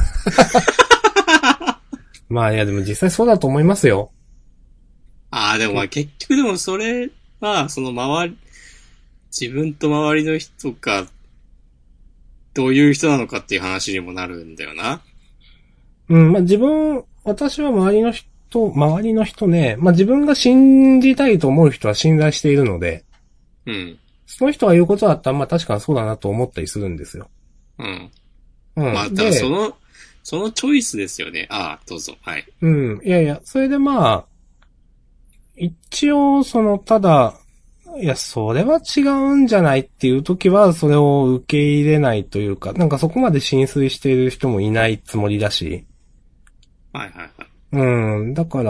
まあいやでも実際そうだと思いますよ。 ああ、でもまあ結局でもそれは、その周り、自分と周りの人が、どういう人なのかっていう話にもなるんだよな。 うん、まあ自分、私は周りの人、周りの人ね、まあ自分が信じたいと思う人は信頼しているので、 うん。 その人が言うことだったら、まあ確かにそうだなと思ったりするんですよ。 うん。 うん。 まあ、ただその、そのチョイスですよね。ああ、どうぞ。はい。 うん。いやいや、それでまあ、一応、その、ただ、いや、それは違うんじゃないっていう時は、それを受け入れないというか、なんかそこまで浸水している人もいないつもりだし。 はいはいはい。 うん。だから、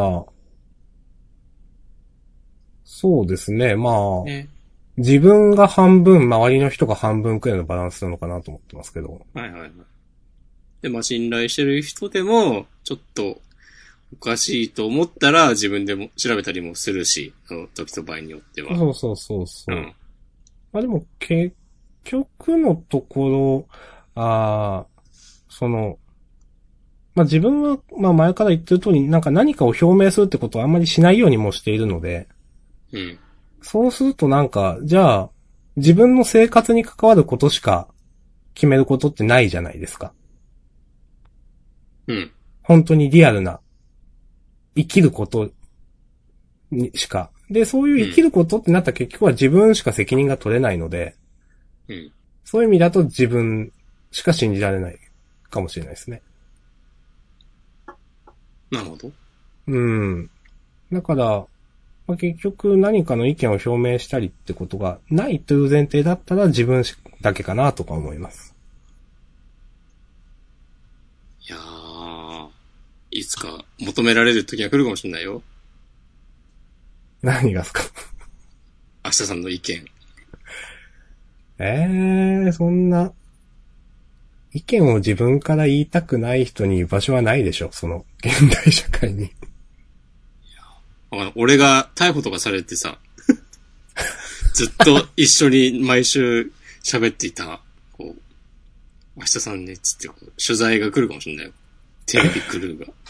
そうですね。まあ、 ね。 自分が半分、周りの人が半分くらいのバランスなのかなと思ってますけど。 はいはいはい。で、まあ、信頼してる人でも、ちょっと、おかしいと思ったら自分でも調べたりもするし、あの時と場合によっては。 そうそうそうそう。 うん。 まあでも、結局のところ、ああ、その、まあ自分は、まあ前から言ってる通り、なんか何かを表明するってことはあんまりしないようにもしているので、 うん。 そうするとなんか、じゃあ、自分の生活に関わることしか決めることってないじゃないですか。 うん。 本当にリアルな、生きることにしか。で、そういう生きることってなったら結局は自分しか責任が取れないので、 うん。 そういう意味だと自分しか信じられないかもしれないですね。 なるほど。 うん。だから、まあ、結局何かの意見を表明したりってことがないという前提だったら自分だけかなとか思います。 いやー、いつか求められる時が来るかもしれないよ。 何がですか？ 明日さんの意見。 ええー、そんな、意見を自分から言いたくない人に居場所はないでしょ、その、現代社会に。 俺が逮捕とかされてさ、ずっと一緒に毎週喋っていた、こう、明日さんね、つってこう、取材が来るかもしれないよ。テレビクルーが。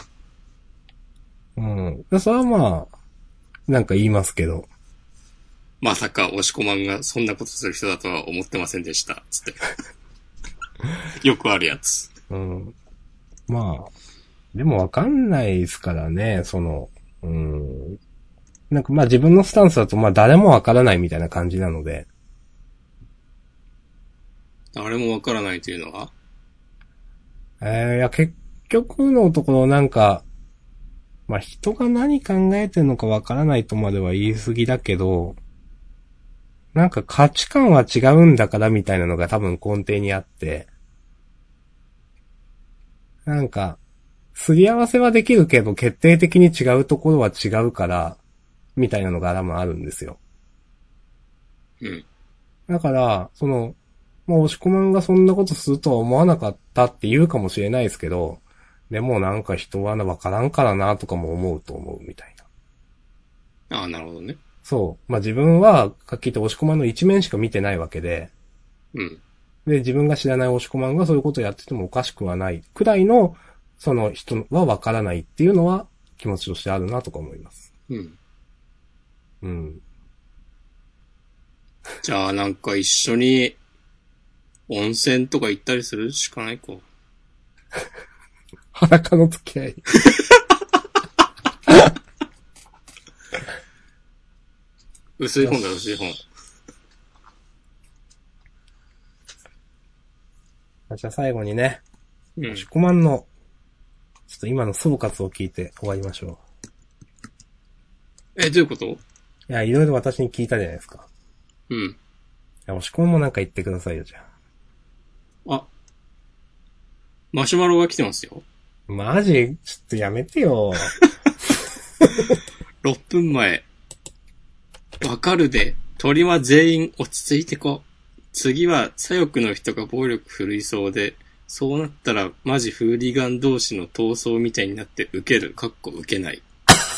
うん。それはまあ、なんか言いますけど。 まさか、押し込まんがそんなことする人だとは思ってませんでした。つって。よくあるやつ。 うん。まあ、でもわかんないですからね、その、うん。なんかまあ自分のスタンスだとまあ誰もわからないみたいな感じなので。 誰もわからないというのはえー、いや結局のところなんか、まあ人が何考えてるのかわからないとまでは言い過ぎだけど、なんか価値観は違うんだからみたいなのが多分根底にあって、なんか、すり合わせはできるけど決定的に違うところは違うから、みたいなのが多分あるんですよ。 うん。 だから、その、まあ、押し込まんがそんなことするとは思わなかったって言うかもしれないですけど、でもなんか人はわからんからなとかも思うと思うみたいな。 ああ、なるほどね。 そう。まあ、自分は、かっきり言って押し込まんの一面しか見てないわけで、 うん。 で、自分が知らない押し込まんがそういうことをやっててもおかしくはないくらいの、その人はわからないっていうのは気持ちとしてあるなとか思います。 うん。 うん。 じゃあなんか一緒に温泉とか行ったりするしかないか。 裸の付き合い。 薄い本だ、薄い本。 じゃあ最後にね、 うん押し込まんの、ちょっと今の総括を聞いて終わりましょえ、どういうこと？ う。いや、いろいろ私に聞いたじゃないですか。 うん。 いや、押し込まんもなんか言ってくださいよ、じゃあ。 あ、マシュマロが来てますよ。 マジちょっとやめてよ。 ろっぷんまえ。わかるで。鳥は全員落ち着いてこ。次は左翼の人が暴力振るいそうで、そうなったらマジフーリガン同士の闘争みたいになって受ける。かっこ受けない。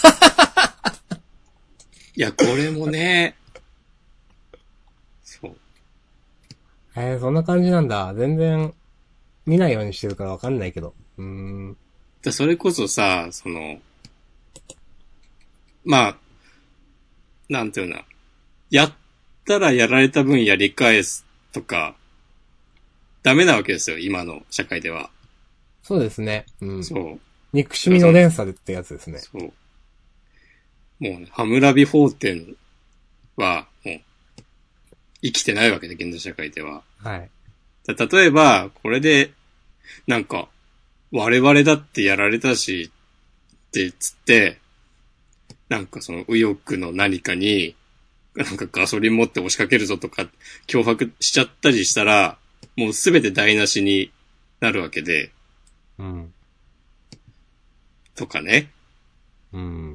いや、これもね。そう。 えー、そんな感じなんだ。全然、見ないようにしてるからわかんないけど。うーん。 だそれこそさ、その、まあ、なんていうな。やったらやられた分やり返すとか、ダメなわけですよ、今の社会では。 そうですね。うん。 そう。 憎しみの連鎖でってやつですね。 そう。もうね、ハムラビ法典は、もう、 生きてないわけで、現代社会では。 はい。 例えば、これで、なんか、我々だってやられたし、ってつって、なんかその右翼の何かに、なんかガソリン持って押しかけるぞとか、脅迫しちゃったりしたら、もうすべて台無しになるわけで。 うん。 とかね。 うん。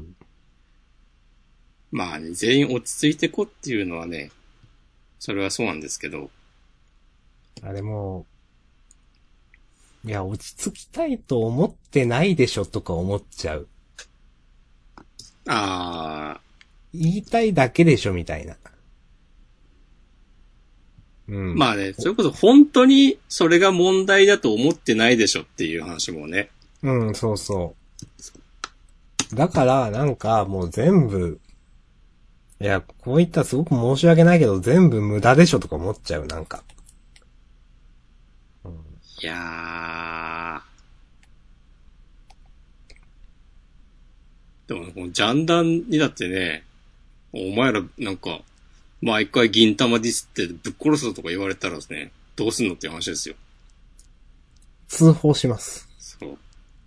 まあね、全員落ち着いてこっていうのはね、それはそうなんですけど。 あれも、いや、落ち着きたいと思ってないでしょとか思っちゃう。 あ言いたいだけでしょみたいな。うん。 まあね、それこそ本当にそれが問題だと思ってないでしょっていう話もね。 うん、そうそう。だから、なんかもう全部、いや、こういったらすごく申し訳ないけど、全部無駄でしょとか思っちゃう、なんか。 うん、いやー。でも、このジャンダンにだってね、お前らなんか、毎回銀玉ディスってぶっ殺すぞとか言われたらですね、どうすんのっていう話ですよ。 通報します。 そう。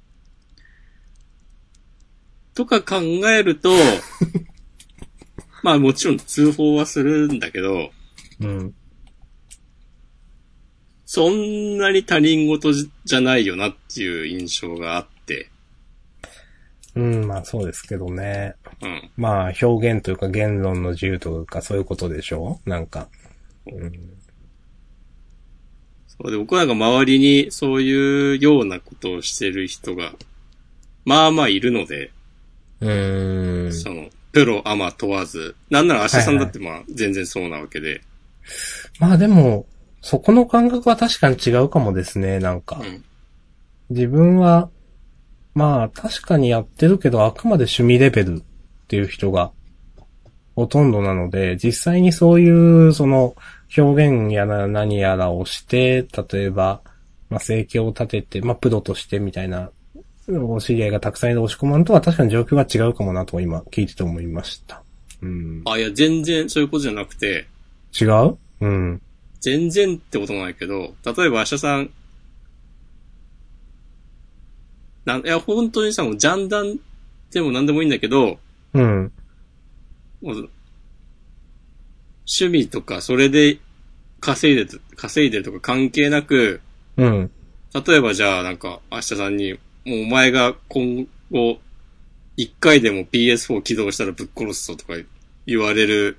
とか考えると、まあもちろん通報はするんだけど、 うん。 そんなに他人事じゃないよなっていう印象があって。 うん、まあそうですけどね。 うん。 まあ表現というか言論の自由というかそういうことでしょなんか。うん。 そうで、僕なんか周りにそういうようなことをしてる人が、まあまあいるので、 うーん。 その、プロ、アマ問わず、なんなら明日さんだってまあ全然そうなわけで。はいはい、 まあでも、そこの感覚は確かに違うかもですね、なんか。うん、自分は、まあ確かにやってるけど、あくまで趣味レベルっていう人がほとんどなので、実際にそういう、その、表現やら何やらをして、例えば、まあ生計を立てて、まあプロとしてみたいな、お知り合いがたくさんいる押し込まんとは確かに状況が違うかもなと今聞いてて思いました。うん。 あ、いや、全然そういうことじゃなくて。 違う？うん。 全然ってことないけど、例えば明日さん、なん、いや、本当にさ、もうジャンダンでも何でもいいんだけど、 うん。 もう趣味とか、それで稼いでる、稼いでるとか関係なく、 うん。 例えばじゃあ、なんか、明日さんに、もうお前が今後、一回でも ピーエスフォー 起動したらぶっ殺すぞとか言われる、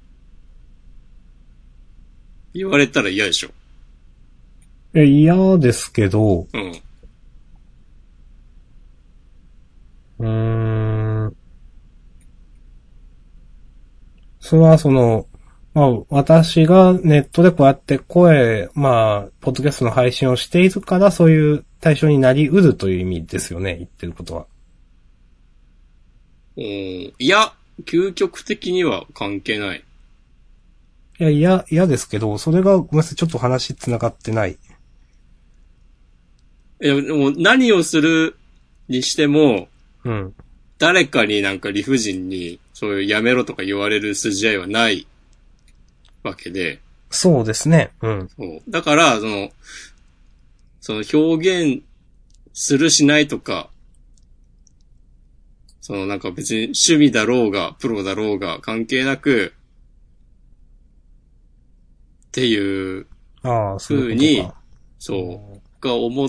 言われたら嫌でしょ。 え、嫌ですけど、 うん。 うーん。それはその、まあ、私がネットでこうやって声、まあ、ポッドキャストの配信をしているから、そういう対象になり得るという意味ですよね、言ってることは。 うん。いや、究極的には関係ない。 いや、嫌、嫌ですけど、それが、ごめんなさい、ちょっと話繋がってない。 いや、でも何をするにしても、 うん。 誰かになんか理不尽に、そういうやめろとか言われる筋合いはないわけで。 そうですね。うん。 そう。だから、その、その表現するしないとか、そのなんか別に趣味だろうが、プロだろうが関係なく、っていうああ、そういう風に、 ことか。 そう、が思って、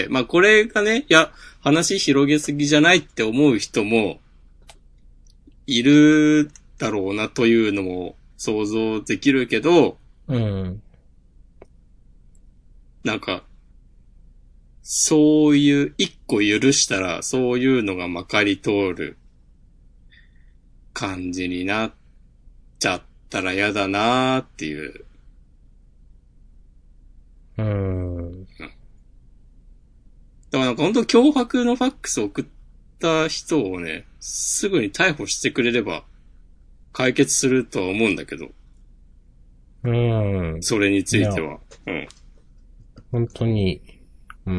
まあこれがね、いや、話広げすぎじゃないって思う人も、いるだろうなというのも想像できるけど、 うん。 なんか、そういう一個許したら、そういうのがまかり通る感じになっちゃったら嫌だなーっていう。 うん。 だからなんか本当脅迫のファックスを送った人をね、すぐに逮捕してくれれば解決するとは思うんだけど。 うん。 それについては。うん。 本当に、うん。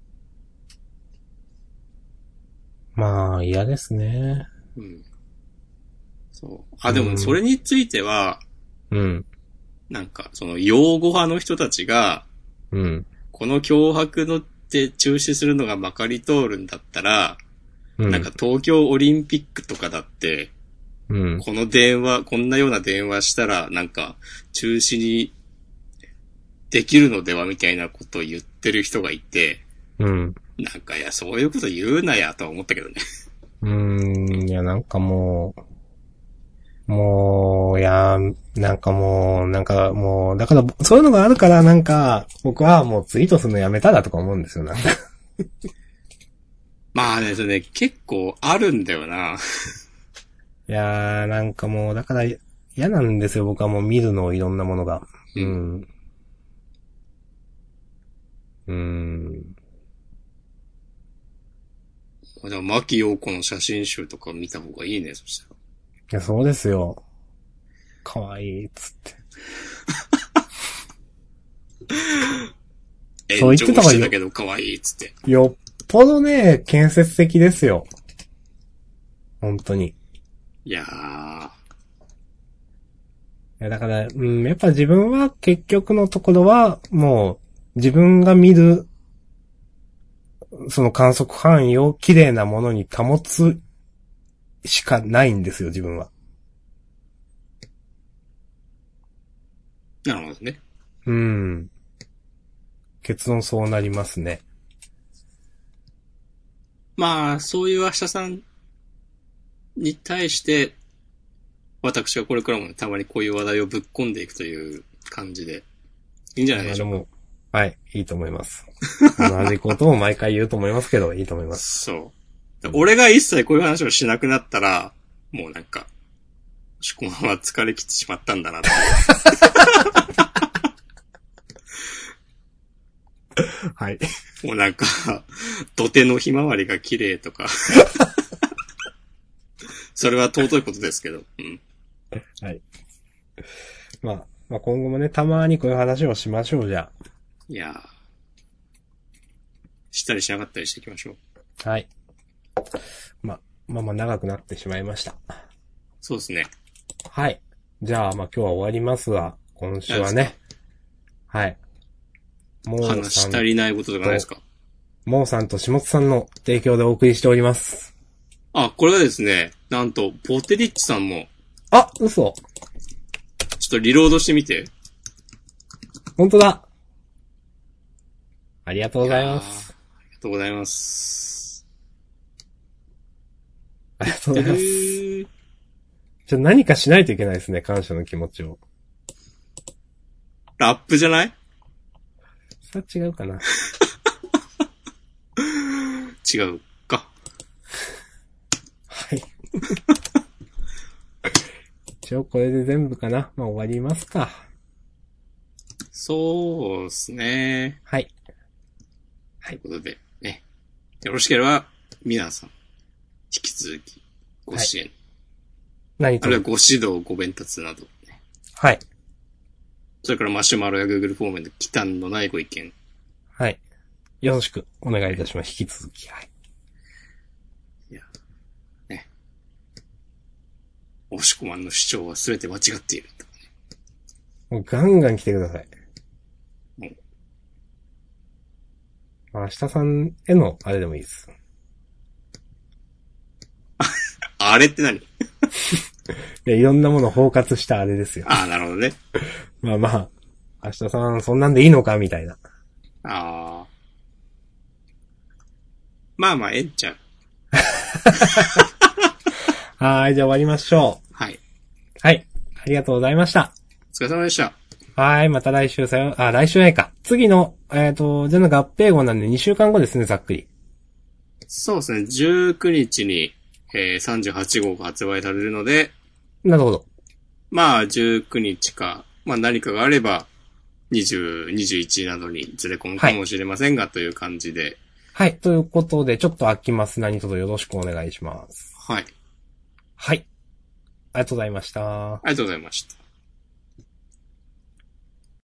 まあ、嫌ですね。 うん。そう。あ、でもそれについては、 うん。 なんか、その、擁護派の人たちが、 うん。 この脅迫のって中止するのがまかり通るんだったら、 うん、 なんか東京オリンピックとかだって、 うん、 この電話、こんなような電話したら、なんか、中止にできるのではみたいなことを言ってる人がいて、 うん。 なんか、いや、そういうこと言うなや、とは思ったけどね。 うーん、いや、なんかもう、もう、いや、なんかもう、なんかもう、だから、そういうのがあるから、なんか、僕はもうツイートするのやめたらとか思うんですよ、なんか。 まあね、それね、結構あるんだよな。 いやー、なんかもう、だから、嫌なんですよ、僕はもう見るの、いろんなものが。うん。うーん。 じゃあ、牧陽子の写真集とか見た方がいいね、そしたら。 いや、そうですよ。かわいい、つって。 炎上してたけど可愛いっつって。 よっぽどね、建設的ですよ。本当に。 いやー。 いやだから、うん、やっぱ自分は結局のところは、もう、自分が見る、その観測範囲を綺麗なものに保つしかないんですよ、自分は。 なるほどね。 うん。結論そうなりますね。 まあ、そういう明日さんに対して、私はこれからも、ね、たまにこういう話題をぶっ込んでいくという感じで、いいんじゃないでしょうか。もはい、いいと思います。同じことを毎回言うと思いますけど、いいと思います。 そう。俺が一切こういう話をしなくなったら、もうなんか、このまま疲れ切ってしまったんだなって。 はい。 もうなんか、土手のひまわりが綺麗とか。それは尊いことですけど。うん。 はい。まあ、まあ今後もね、たまにこういう話をしましょう、じゃあ。 いやー。したりしなかったりしていきましょう。はい。まあ、まあまあ長くなってしまいました。 そうですね。 はい。じゃあ、まあ今日は終わりますが、今週はね。はい。 もう話し足りないこととかないですか？ もうさんと下津さんの提供でお送りしております。 あ、これがですね、なんと、ポテリッチさんも。 あ、嘘。 ちょっとリロードしてみて。 本当だ。ありがとうございます。 ありがとうございます。 ありがとうございます。じゃあ何かしないといけないですね、感謝の気持ちを。 ラップじゃない？ それは違うかな。 違うか。 はい。一応これで全部かな。まあ終わりますか。 そうですね。 はい。はい。 ということで、ね。よろしければ、皆さん、引き続き、ご支援。はい、 何とあるいはご指導、ご鞭達など、ね。 はい。 それからマシュマロや Google フォームで忌憚のないご意見。 はい。よろしくお願いいたします。引き続き。はい。 いや、ね。押し込まんの主張は全て間違っている、ね。 もうガンガン来てください。 うん。 明日さんへのあれでもいいです。 あれって何？いや、いろんなものを包括したあれですよ。 ああ、なるほどね。 まあまあ、明日さんそんなんでいいのかみたいな。 ああ。まあまあ、ええんちゃう。 はい、じゃあ終わりましょう。 はい。 はい。ありがとうございました。 お疲れ様でした。 はい、また来週さよ、あ、来週ないか。次の、えっと、じゃあ合併号なんでにしゅうかんごですね、ざっくり。 そうですね、じゅうくにちに、えー、さんじゅうはちごうが発売されるので、 なるほど。 まあ、じゅうくにちか、まあ何かがあれば、にじゅう、にじゅういちなどにずれ込むかもしれませんが、はい、という感じで。 はい、ということで、ちょっと空きます。何卒よろしくお願いします。 はい。 はい。ありがとうございました。 ありがとうございました。